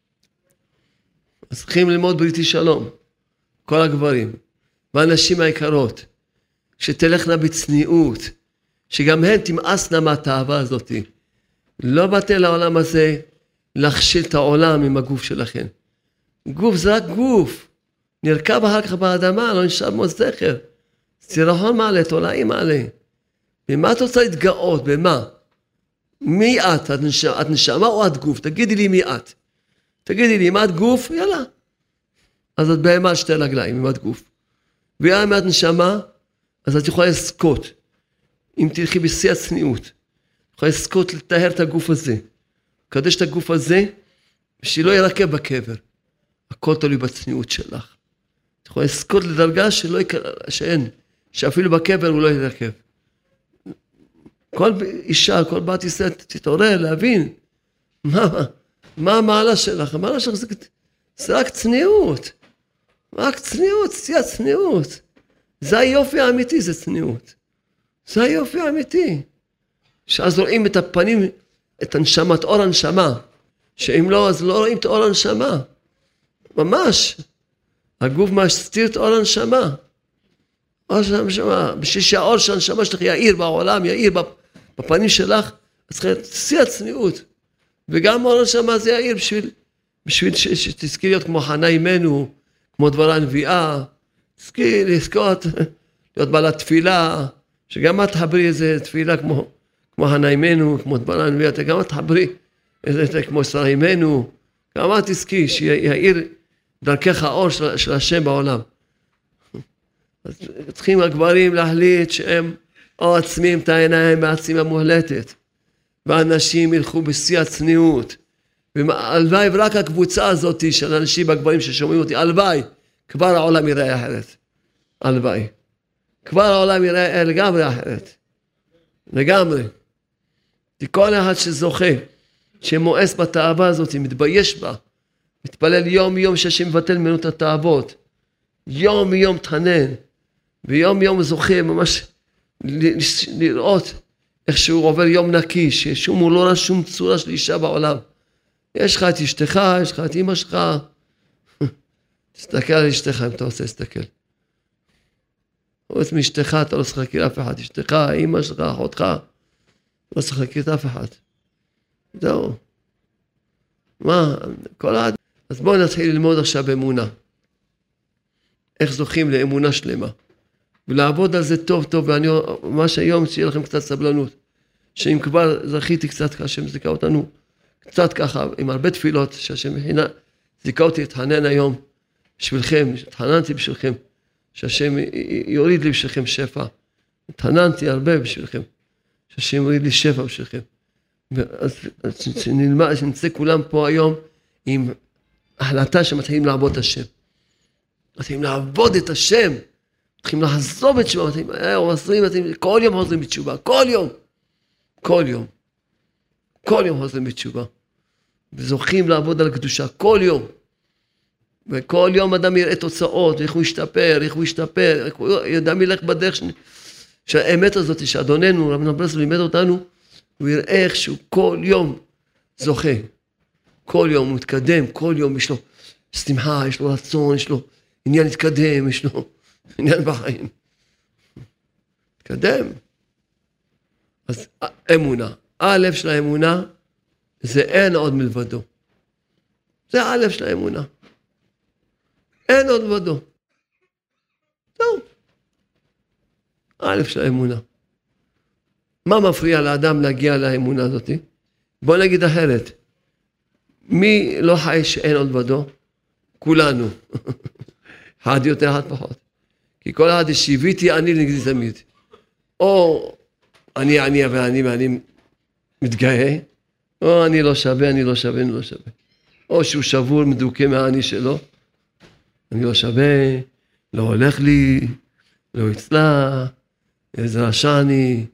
אז צריכים ללמוד בריתי שלום. כל הגברים. והנשים היקרות. שתלכנה בצניעות. שגם הן תמאסנה מהתאווה הזאת. לא באתם לעולם הזה להכשיל את העולם עם הגוף שלכם. גוף זה רק גוף. נרכב אחר כך באדמה, לא נשאר מאוד זכר. סירחון מעלה, תולעים מעלה. במה את רוצה להתגאות? במה? מי את? את נשמה, את נשמה או את גוף? תגידי לי מי את. תגידי לי, אם את גוף? יאללה. אז את בהמה שתי רגליים, אם את גוף. ואם את נשמה, אז את יכולה לזכות. אם תלכי בשיא הצניעות. את יכולה לזכות לטהר את הגוף הזה. לקדש את הגוף הזה, שלא ירקב בקבר. הכל תלוי בצניעות שלך. את יכולה לזכות לדרגה שלא יקרה, שאין, שאפילו בקבר הוא לא ירקב. כל אישה, כל בת ישראל תתעורר, להבין, מה, מה המעלה שלך? המעלה שלך זה, זה רק צניעות. רק צניעות, שיא הצניעות. זה היופי האמיתי, זה צניעות. זה היופי האמיתי. שאז רואים את הפנים, את הנשמה, את אור הנשמה. שאם לא, אז לא רואים את אור הנשמה. ממש. הגוף מסתיר את אור הנשמה. אור הנשמה. בשביל שהאור של הנשמה שלך יאיר בעולם, יאיר בפנים שלך, אז צריך שיא הצניעות. וגם אור הנשמה זה יאיר בשביל, בשביל שתזכי להיות כמו חנה אימנו, כמו דבר הנביאה, תזכי לזכות, להיות בעלת תפילה, שגם את תחברי איזה תפילה כמו, כמו חנה אימנו, כמו דבר הנביאה, גם את תחברי איזה כמו שרה אימנו, גם את תזכי שיאיר דרכך האור של, של השם בעולם. אז צריכים הגברים להחליט שהם עוצמים את העיניים בעצים המוחלטת, ואנשים ילכו בשיא הצניעות, והלוואי ורק הקבוצה הזאת של אנשים הגברים ששומעים אותי, הלוואי, כבר העולם יראה אחרת. הלוואי. כבר העולם יראה לגמרי אחרת. לגמרי. כי כל אחד שזוכה, שמואס בתאווה הזאת, מתבייש בה, מתפלל יום יום שהשם מבטל ממנו את התאוות, יום יום תחנן, ויום יום זוכה ממש לראות איך שהוא עובר יום נקי, ששום הוא לא ראה שום צורה של אישה בעולם. יש לך את אשתך, יש לך את אמא שלך, תסתכל על אשתך אם אתה רוצה להסתכל. חוץ מאשתך אתה לא צריך להכיר אף אחד, אשתך, אמא שלך, אחותך, לא צריך להכיר את אף אחד. זהו. מה, כל אחד. אז בואו נתחיל ללמוד עכשיו באמונה. איך זוכים לאמונה שלמה. ולעבוד על זה טוב טוב, ואני ממש היום שיהיה לכם קצת סבלנות. שאם כבר זכיתי קצת, שהשם זיכה אותנו, קצת ככה, עם הרבה תפילות, שהשם זיכה אותי להתחנן היום בשבילכם, התחננתי בשבילכם, שהשם יוריד לי בשבילכם שפע. התחננתי הרבה בשבילכם, שהשם יוריד לי שפע בשבילכם. אז שנלמד, שנצא כולם פה היום עם החלטה שמתחילים לעבוד את השם. מתחילים לעבוד את השם. מתחילים לעזוב את תשובה. מתחילים, עוזרים, כל יום עוזרים בתשובה. כל יום. כל יום. כל יום עוזרים בתשובה. וזוכים לעבוד על קדושה. כל יום. וכל יום אדם יראה תוצאות, איך הוא ישתפר, איך הוא ישתפר, איך הוא ידע מלך בדרך שהאמת הזאת, שאדוננו, רבי נברסלב לימד אותנו, הוא יראה איך שהוא כל יום זוכה. כל יום הוא מתקדם, כל יום יש לו שמחה, יש לו רצון, יש לו עניין להתקדם, יש לו עניין בחיים. מתקדם. אז אמונה. א' של האמונה, זה אין עוד מלבדו. זה א' של האמונה. אין עוד מלבדו. זהו. א' של האמונה. מה מפריע לאדם להגיע לאמונה הזאת? בוא נגיד אחרת. מי לא חי שאין עוד מלבדו? כולנו. אחד יותר, אחד פחות. כי כל אחד שיביתי אני נגדי תמיד. או אני אני ואני ואני מתגאה, או אני לא שווה, אני לא שווה, אני לא שווה. או שהוא שבור מדוכא מהאני שלו. אני לא שווה, לא הולך לי, לא יצלח, איזה רשע אני.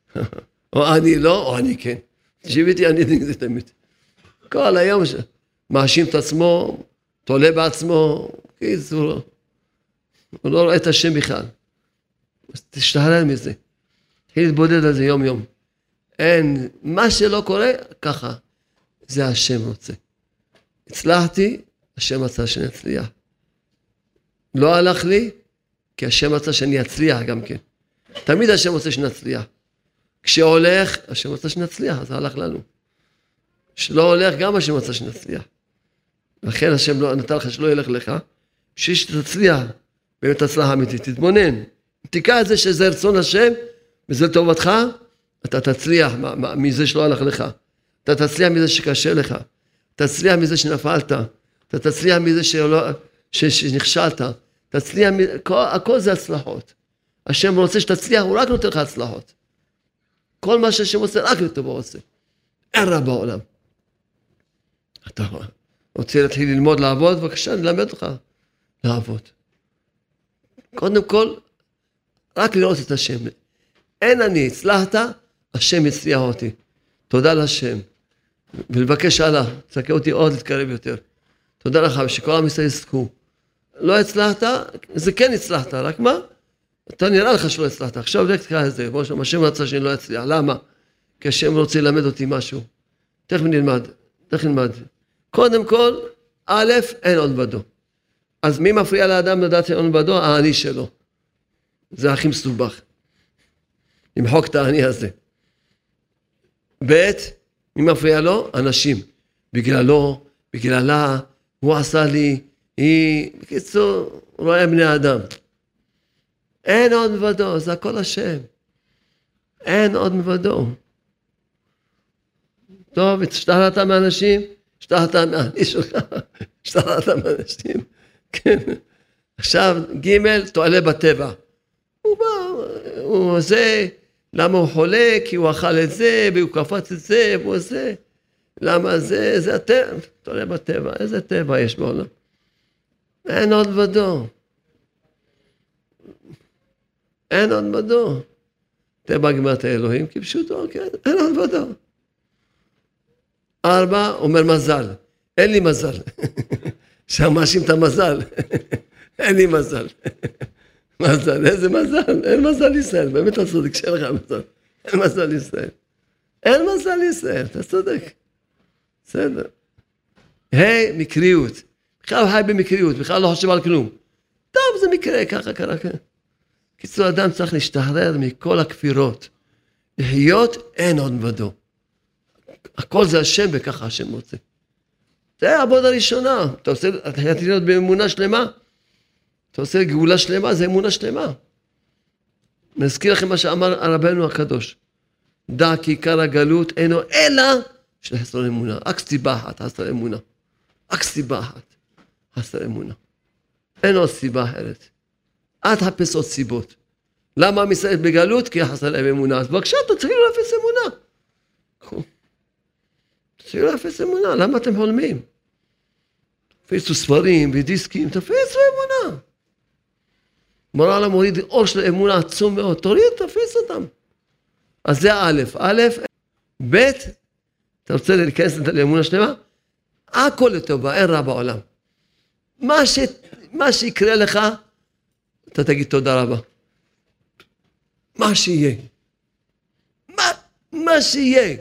או אני לא, או אני כן. שיביתי אני נגדי תמיד. כל היום ש... מאשים את עצמו, תולה בעצמו, קיצור, הוא לא רואה את השם בכלל. אז תשתחרר מזה. תתחיל להתבודד על זה יום יום. אין, מה שלא קורה, ככה. זה השם רוצה. הצלחתי, השם רצה שאני אצליח. לא הלך לי, כי השם רצה שאני אצליח גם כן. תמיד השם רוצה שנצליח. כשהולך, השם רוצה שנצליח, אז הלך לנו. כשלא הולך, גם השם רוצה שנצליח. לכן השם לא, נתן לך שלא ילך לך, בשביל שתצליח, באמת הצלחה אמיתית, תתבונן. תיקח את זה שזה רצון השם, וזה טובתך, אתה תצליח מזה שלא הלך לך. אתה תצליח מזה שקשה לך. תצליח מזה שנפלת. אתה תצליח מזה שלא, ש, שנכשלת. תצליח, כל, הכל זה הצלחות. השם רוצה שתצליח, הוא רק נותן לך הצלחות. כל מה שהשם עושה, רק לטוב הוא עושה. אין רע בעולם. אתה רוצה להתחיל ללמוד לעבוד, בבקשה, נלמד אותך לעבוד. קודם כל, רק לראות את השם. אין אני, הצלחת, השם הצליח אותי. תודה לשם. ולבקש הלאה, תזכה אותי עוד להתקרב יותר. תודה לך, ושכל עם ישראל יזכו. לא הצלחת, זה כן הצלחת, רק מה? אתה נראה לך שלא הצלחת. עכשיו לך תקרא את זה, בוא שם, השם רצה שאני לא אצליח. למה? כי השם רוצה ללמד אותי משהו. תכף נלמד, תכף נלמד. קודם כל, א', אין עוד בדו. אז מי מפריע לאדם לדעת שאין עוד בדו? העני שלו. זה הכי מסובך. למחוק את העני הזה. ב', מי מפריע לו? אנשים. בגללו, בגללה, הוא עשה לי, היא, בקיצור, רואה בני אדם. אין עוד מבדו, זה הכל השם. אין עוד מבדו. טוב, השתחררת מאנשים, השתחררת מהעני שלך, השתחררת מאנשים. כן. עכשיו, ג' תועלה בטבע. הוא בא, הוא זה, למה הוא חולה? כי הוא אכל את זה, והוא קפץ את זה, והוא זה. למה זה? זה הטבע. תועלה בטבע. איזה טבע יש בעולם? אין עוד בדו. אין עוד בדו. טבע גמרת האלוהים, כי פשוטו, כן, אין עוד בדו. ארבע, אומר מזל. אין לי מזל. שם מאשים את המזל. אין לי מזל. מזל, איזה מזל? אין מזל ישראל. באמת אתה צודק, שאין לך מזל. אין מזל ישראל. אין מזל ישראל, אתה צודק. בסדר. היי, מקריות. בכלל חי במקריות, בכלל לא חושב על כלום. טוב, זה מקרה, ככה קרה, כן. קיצור, אדם צריך להשתחרר מכל הכפירות. לחיות אין עוד מבדו. הכל זה השם וככה השם רוצה. זה העבודה הראשונה. אתה עושה, אתה חייב להיות באמונה שלמה. אתה עושה גאולה שלמה, זה אמונה שלמה. נזכיר לכם מה שאמר רבנו הקדוש. דע כי עיקר הגלות אינו אלא של חסר אמונה. רק סיבה אחת, חסר אמונה. רק סיבה אחת, חסר אמונה. אין עוד סיבה אחרת. אל תחפש עוד סיבות. למה מסעד בגלות? כי חסר להם אמונה. אז בבקשה, תתחילו להפס אמונה. תתחילו להפס אמונה. למה אתם חולמים? תפסו ספרים ודיסקים, תפסו אמונה. מורל המוריד אור של אמונה עצום מאוד. תוריד, תפס אותם. אז זה א', א', ב', אתה רוצה להיכנס לאמונה שלמה? הכל לטובה, אין רע בעולם. מה, ש... מה שיקרה לך, אתה תגיד תודה רבה. מה שיהיה. מה, מה שיהיה.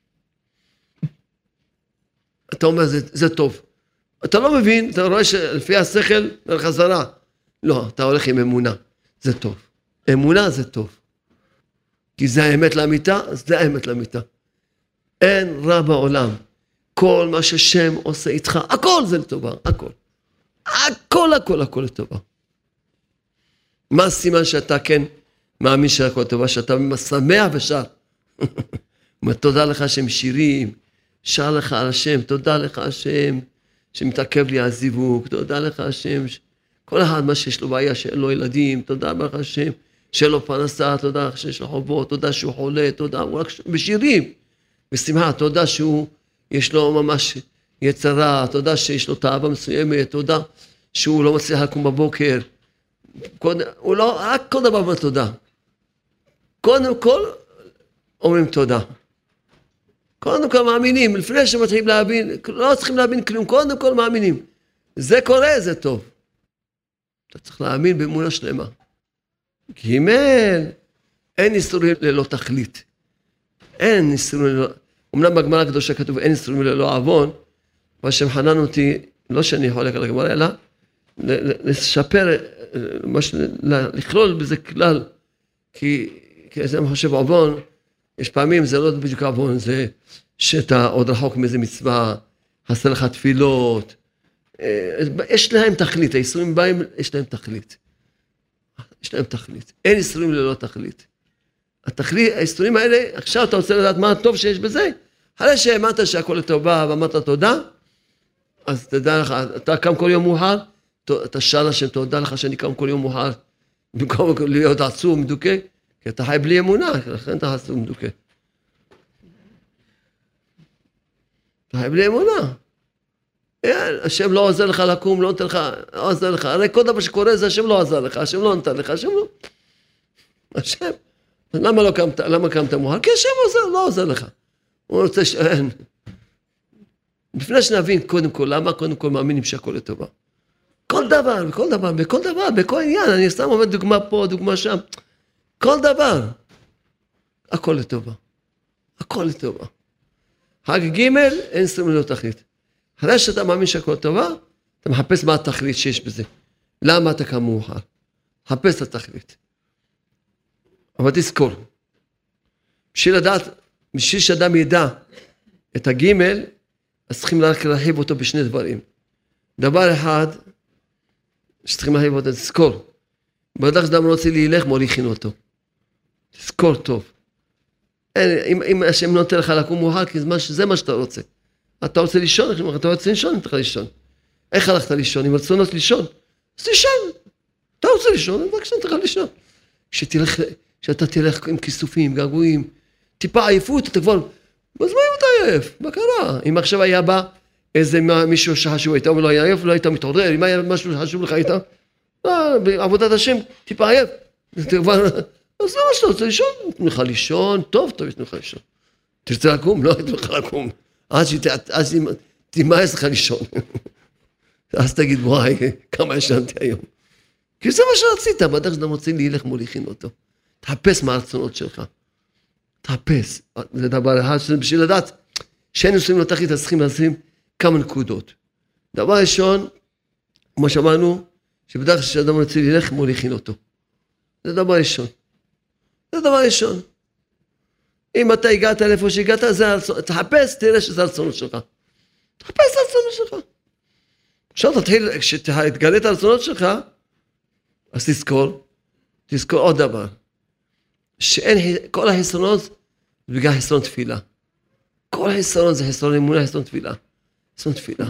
אתה אומר, זה, זה טוב. אתה לא מבין, אתה רואה שלפי השכל, חזרה. לא, אתה הולך עם אמונה. זה טוב. אמונה זה טוב. כי זה האמת לאמיתה, זה האמת לאמיתה. אין רע בעולם. כל מה ששם עושה איתך, הכל זה לטובה, הכל. הכל, הכל, הכל לטובה. מה הסימן שאתה כן מאמין שהכל לטובה, שאתה שמח ושר? תודה לך שהם שירים, שר לך על השם, תודה לך השם, שמתעכב לי הזיווג, תודה לך השם, כל אחד מה שיש לו בעיה, שאין לו ילדים, תודה לך השם, שאין לו פרנסה, תודה שיש לו חובות, תודה שהוא חולה, תודה, הוא רק בשירים, בשמחה, תודה שהוא, יש לו ממש יצרה, תודה שיש לו תאווה מסוימת, תודה שהוא לא מצליח לקום בבוקר, קודם, הוא לא, רק כל דבר אומר תודה. קודם כל, אומרים תודה. קודם כל מאמינים, לפני שמתחילים להבין, לא צריכים להבין כלום, קודם כל מאמינים. זה קורה, זה טוב. אתה צריך להאמין באמונה שלמה. ג' אין איסורים ללא תכלית. אין איסורים ללא... אמנם בגמרא הקדושה כתוב אין איסורים ללא עוון, אבל שמחנן אותי, לא שאני חולק על הגמרא, אלא לשפר, לכלול בזה כלל, כי זה אני חושב עוון, יש פעמים זה לא בדיוק עוון, זה שאתה עוד רחוק מאיזה מצווה, חסר לך תפילות, יש להם תכלית, האיסורים באים, יש להם תכלית. יש להם תכלית. אין איסורים ללא תכלית. התכלית, האיסורים האלה, עכשיו אתה רוצה לדעת מה הטוב שיש בזה, אחרי שהאמנת שהכל לטובה ואמרת תודה, אז תדע לך, אתה קם כל יום מאוחר, אתה שאל השם, תודה לך שאני קם כל יום מאוחר, במקום להיות עצוב, מדוכא, כי אתה חי בלי אמונה, לכן אתה עצוב, מדוכא. אתה חי בלי אמונה. השם לא עוזר לך לקום, לא נותן לך, לא עוזר לך, הרי כל דבר שקורה זה השם לא עזר לך, השם לא נתן לך, השם לא... השם, למה לא קמת, למה קמת מאוחר? כי השם עוזר, לא עוזר לך. הוא רוצה שאין. לפני שנבין, קודם כל, למה קודם כל מאמינים שהכל לטובה? כל דבר, בכל דבר, בכל דבר, בכל עניין, אני סתם עומד דוגמה פה, דוגמה שם, כל דבר, הכל לטובה. הכל לטובה. חג ג' אין איסורים ללא תכלית. אחרי שאתה מאמין שהכל טובה, אתה מחפש מה התכלית שיש בזה. למה אתה קם מאוחר? מחפש את התכלית. אבל תזכור, בשביל לדעת, בשביל שאדם ידע את הגימל, אז צריכים רק להרחיב אותו בשני דברים. דבר אחד, שצריכים להרחיב אותו, תזכור. בדרך שאדם רוצה להילך, מוליכים אותו. תזכור טוב. אין, אם, אם השם נותן לך לקום מאוחר, כי זה מה, זה מה שאתה רוצה. אתה רוצה לישון, אתה רוצה לישון, אתה רוצה לישון. איך הלכת לישון? אם רצונות לישון, אז לישון. אתה רוצה לישון, בבקשה, אתה יכול לישון. כשתלך, כשאתה תלך עם כיסופים, געגועים, טיפה עייפות, אתה כבר, אז מה אם אתה עייף? מה קרה? אם עכשיו היה בא איזה מישהו שחשוב הייתה, אבל לא היה עייף, לא היית מתעורר, אם היה משהו שחשוב לך הייתה, בעבודת השם, טיפה עייף. אתה כבר, אז זה מה שאתה רוצה לישון? תנך לישון, טוב, טוב, תנך לישון. תרצה לקום? לא, תנך לקום. אז תימאס לך לישון. אז תגיד, וואי, כמה ישנתי היום. כי זה מה שרצית, בדרך שאתה מוצא להילך מוליכים אותו. תחפש מה הרצונות שלך. תחפש. זה דבר אחד, שזה בשביל לדעת, שאין עושים לתכלית, אז צריכים לשים כמה נקודות. דבר ראשון, כמו שאמרנו, שבדרך שאדם מוצא להילך מוליכים אותו. זה דבר ראשון. זה דבר ראשון. אם אתה הגעת לאיפה שהגעת, תחפש, תראה שזה הרצונות שלך. תחפש את הרצונות שלך. עכשיו תתחיל, כשתגלה את הרצונות שלך, אז תזכור, תזכור עוד דבר, שאין, כל החסרונות, בגלל חסרון תפילה. כל החסרון זה חסרון אמונה, חסרון תפילה. חסרון תפילה.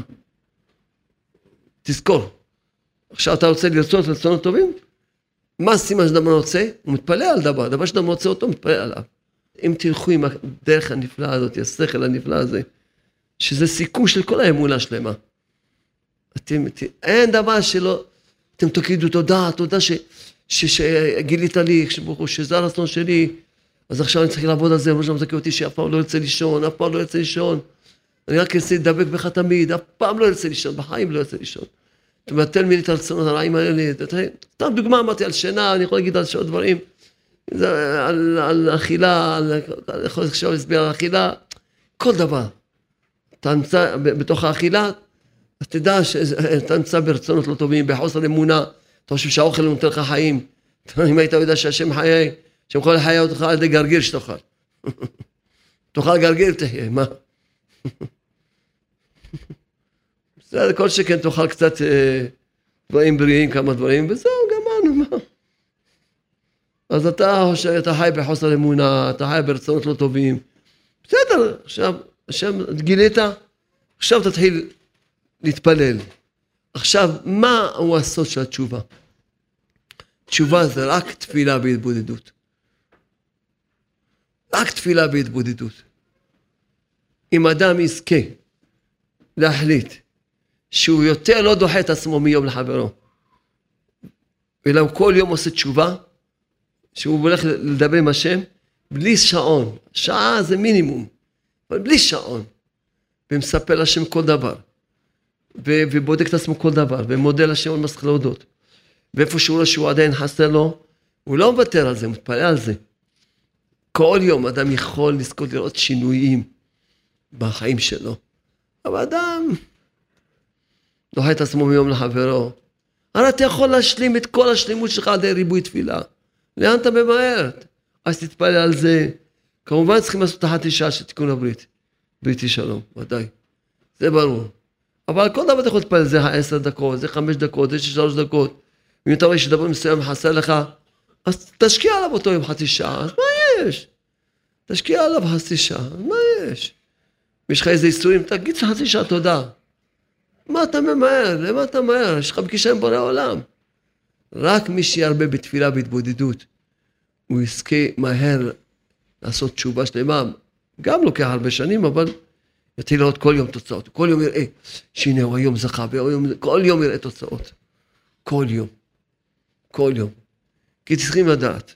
תזכור. עכשיו אתה רוצה לרצות רצונות טובים? מה הסימן שאדם רוצה? הוא מתפלא על דבר, דבר שאדם רוצה אותו, מתפלא עליו. אם תלכו עם הדרך הנפלאה הזאת, השכל הנפלא הזה, שזה סיכוי של כל האמונה שלמה. אתם, אתם, אין דבר שלא, אתם תגידו תודה, תודה ש, ש, שגילית לי, שזה הרצון שלי, אז עכשיו אני צריך לעבוד על זה, אבל שם זכה אותי שאף פעם לא ירצה לישון, אף פעם לא ירצה לישון, אני רק ארצה לדבק בך תמיד, אף פעם לא ירצה לישון, בחיים לא ירצה לישון. אתה מבטל מיני את הרצונות הרעים האלה, סתם דוגמה אמרתי על שינה, אני יכול להגיד על שעוד דברים, על, על אכילה, על, יכול לחשוב להסביר על אכילה, כל דבר. אתה נמצא בתוך האכילה, אז תדע שאתה נמצא ברצונות לא טובים, בחוסר אמונה, אתה חושב שהאוכל נותן לך חיים, אם היית יודע שהשם חיי, השם יכול לחיה אותך על ידי גרגיר שתאכל. תאכל גרגיר תחיה, מה? בסדר, כל שכן תאכל קצת דברים בריאים, כמה דברים, וזהו, גמרנו, מה? אז אתה חושב, אתה חי בחוסר אמונה, אתה חי ברצונות לא טובים, בסדר, עכשיו, השם גילית, עכשיו תתחיל להתפלל. עכשיו, מה הוא הסוד של התשובה? תשובה זה רק תפילה בהתבודדות. רק תפילה בהתבודדות. אם אדם יזכה להחליט שהוא יותר לא דוחה את עצמו מיום לחברו, אלא הוא כל יום עושה תשובה, שהוא הולך לדבר עם השם, בלי שעון. שעה זה מינימום. אבל בלי שעון. ומספר לשם כל דבר. ו- ובודק את עצמו כל דבר, ומודה לשם על מסך להודות. ואיפה שהוא רואה שהוא עדיין חסר לו, הוא לא מוותר על זה, הוא מתפלא על זה. כל יום אדם יכול לזכות לראות שינויים בחיים שלו. אבל אדם דוחה את עצמו מיום לחברו. הרי אתה יכול להשלים את כל השלימות שלך עדי ריבוי תפילה. לאן אתה ממהר? אז תתפלא על זה. כמובן צריכים לעשות תחת שעה של תיקון הברית. בריתי שלום, ודאי. זה ברור. אבל כל דבר אתה יכול להתפלל, זה העשר דקות, זה חמש דקות, זה שלוש דקות. אם אתה רואה שדבר מסוים חסר לך, אז תשקיע עליו אותו עם חצי שעה, אז מה יש? תשקיע עליו חצי שעה, מה יש? יש לך איזה איסורים, תגיד חצי שעה תודה. מה אתה ממהר? למה אתה ממהר? יש לך פגישה עם בורא עולם. רק מי שירבה בתפילה והתבודדות, הוא יזכה מהר לעשות תשובה שלמה. גם לוקח הרבה שנים, אבל יתחיל לראות כל יום תוצאות. כל יום יראה, שהנה הוא היום זכה, כל יום יראה תוצאות. כל יום. כל יום. כי צריכים לדעת.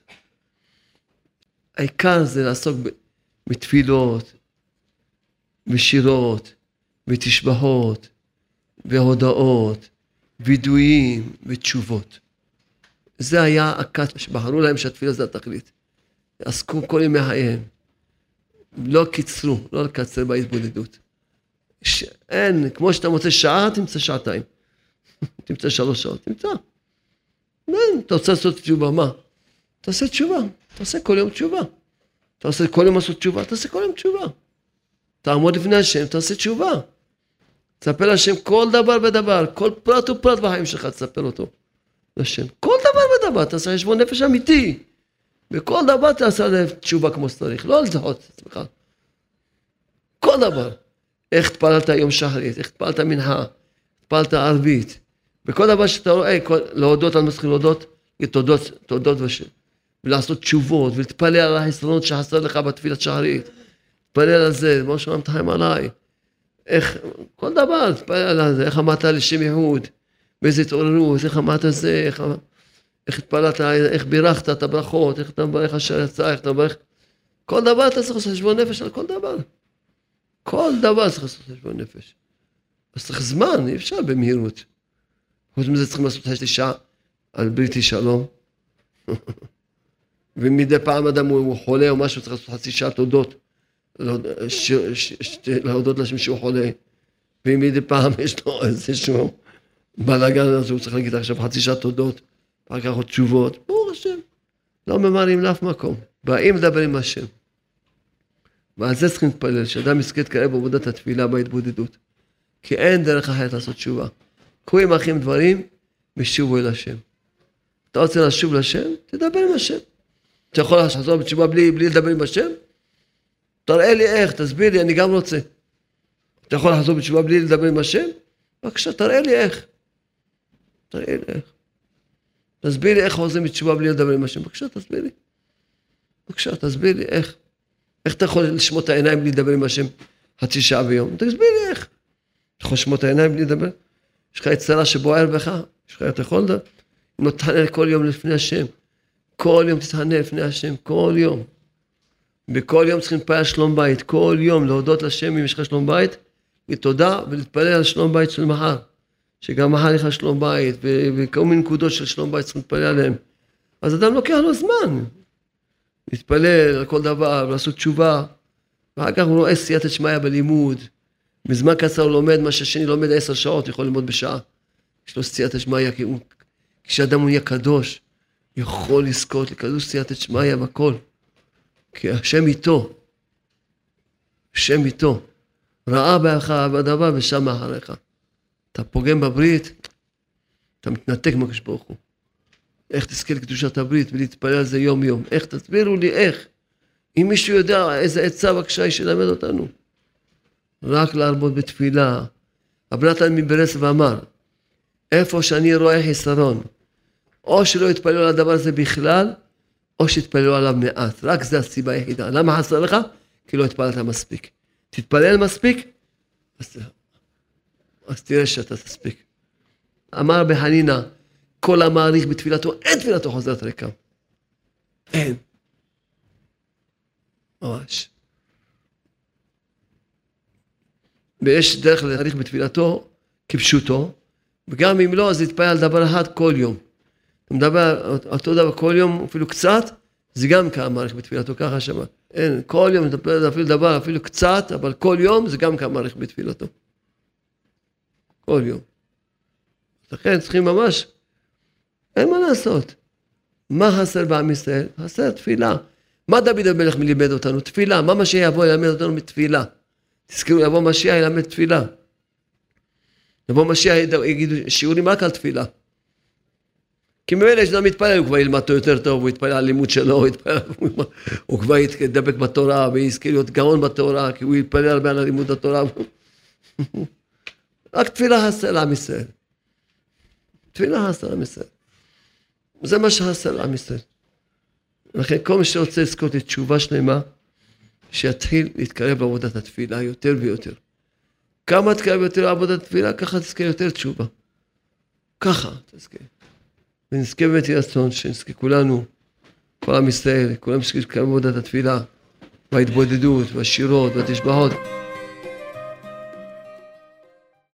העיקר זה לעסוק בתפילות, בשירות, בתשבחות, בהודעות, וידויים ותשובות. זה היה הכת שבחרו להם שהתפילה זה התכלית. עסקו כל ימי חייהם. לא קיצרו, לא לקצר בהתבודדות. ש... אין, כמו שאתה מוצא שעה, תמצא שעתיים. תמצא שלוש שעות, תמצא. אין, אתה רוצה לעשות תשובה, מה? תעשה תשובה, תעשה כל יום תשובה. תעשה כל יום לעשות תשובה, תעשה כל יום תשובה. תעמוד לפני השם, תעשה תשובה. תספר לשם כל דבר ודבר, כל פרט ופרט בחיים שלך, תספר אותו לשם. כל דבר ודבר, תעשה חשבון נפש אמיתי. בכל דבר תעשה תשובה כמו שצריך, לא לזהות את עצמך. כל דבר. איך תפעלת יום שחרית, איך תפעלת מנחה, תפעלת ערבית. בכל דבר שאתה רואה, להודות על מסכים להודות, תודות, תודות ושם. ולעשות תשובות, ולהתפלל על החסרונות שחסר לך בתפילת שחרית. תתפלל על זה, בוא שומע מתחם עליי. איך, כל דבר, תתפלל על זה, איך אמרת לשם יחוד, באיזה התעוררות, איך אמרת זה, איך, איך התפללת, איך בירכת את הברכות, איך אתה מברך אשר יצא, איך אתה מברך. כל דבר אתה צריך לעשות חשבון נפש על כל דבר. כל דבר צריך לעשות חשבון נפש. אז צריך זמן, אי אפשר במהירות. חוץ מזה צריכים לעשות חשתי שעה על בריתי שלום. ומדי פעם אדם הוא חולה או משהו, צריך לעשות חצי שעה תודות. להודות לשם שהוא חולה. ואם מדי פעם יש לו איזשהו בלגן, אז הוא צריך להגיד עכשיו חצי שעה תודות. אחר כך עוד תשובות. ברוך השם. לא ממהרים לאף מקום. באים לדבר עם השם. ועל זה צריכים להתפלל, שאדם יזכה להתקרב בעבודת התפילה בהתבודדות. כי אין דרך אחרת לעשות תשובה. קחו עם אחים דברים, ושובו אל השם. אתה רוצה לשוב לשם? תדבר עם השם. אתה יכול לחזור בתשובה בלי, בלי לדבר עם השם? תראה לי איך, תסביר לי, אני גם רוצה. אתה יכול לחזור בתשובה בלי לדבר עם השם? בבקשה, תראה לי איך. תראה לי איך. תסביר לי איך חוזרים בתשובה בלי לדבר עם השם. בבקשה, תסביר לי. בבקשה, תסביר לי איך. איך אתה יכול לשמות העיניים בלי לדבר עם השם חצי שעה ביום? תסביר לי איך. אתה יכול לשמות העיניים בלי לדבר? יש לך יצרה שבוער בך? יש לך, אתה יכול לדבר? אם לא תתענה כל יום לפני השם. כל יום תתענה לפני השם, כל יום. בכל יום צריכים להתפלל על שלום בית. כל יום להודות לשם אם יש לך שלום בית, ותודה ולהתפלל על שלום בית של מחר. שגם מחר יש לך שלום בית, וכל מיני נקודות של שלום בית צריכים להתפלל עליהם. אז אדם לוקח לו זמן. להתפלל על כל דבר, ולעשות תשובה. ואחר כך הוא רואה סייעתא דשמיא בלימוד. בזמן קצר הוא לומד, מה שהשני לומד עשר שעות, יכול ללמוד בשעה. יש לו סייעתא דשמיא, כי כשאדם הוא יהיה קדוש, יכול לזכות לכזו סייעתא דשמיא והכל. כי השם איתו. השם איתו. ראה בך בדבר ושם אחריך. אתה פוגם בברית, אתה מתנתק מהקדוש ברוך הוא. איך תזכה לקדושת הברית ולהתפלל על זה יום יום? איך? תסבירו לי איך. אם מישהו יודע איזה עצה בבקשה שילמד אותנו. רק להרבות בתפילה. רבי נתן מברסלב ואמר, איפה שאני רואה חיסרון, או שלא יתפללו על הדבר הזה בכלל, או שיתפללו עליו מעט. רק זה הסיבה היחידה. למה חסר לך? כי לא התפללת מספיק. תתפלל מספיק, אז, אז תראה שאתה תספיק. אמר בחנינה, כל המעריך בתפילתו, אין תפילתו חוזרת ריקם. אין. ממש. ויש דרך להאריך בתפילתו כפשוטו, וגם אם לא, אז יתפלל על דבר אחד כל יום. אתה מדבר אותו דבר כל יום, אפילו קצת, זה גם כמה מעריך בתפילתו, ככה שמה. אין, כל יום נדבר אפילו דבר, אפילו קצת, אבל כל יום זה גם כמה מעריך בתפילתו. כל יום. לכן צריכים ממש, אין מה לעשות. מה חסר בעם ישראל? חסר תפילה. מה דוד המלך מלימד אותנו? תפילה. מה משיח יבוא ילמד אותנו מתפילה? תזכרו, יבוא משיח ילמד תפילה. יבוא משיח יגיד שיעורים רק על תפילה. כי ממילא כשאדם מתפלל, הוא כבר ילמד יותר טוב, הוא יתפלל על לימוד שלו, הוא, יתפלל, הוא כבר יתדבק בתורה, ויזכה להיות גאון בתורה, כי הוא יתפלל הרבה על לימוד התורה. רק תפילה חסר לעם ישראל. תפילה חסר לעם ישראל. זה מה שחסר לעם ישראל. לכן כל מי שרוצה לזכות לתשובה שלמה, שיתחיל להתקרב לעבודת התפילה יותר ויותר. כמה תקרב יותר לעבודת התפילה, ככה תזכה יותר תשובה. ככה תזכה. ונזכה באמת ירצון, שנזכה כולנו, כל עם ישראל, כולם שתקרב לעבודת התפילה, וההתבודדות, והשירות, והתשבחות.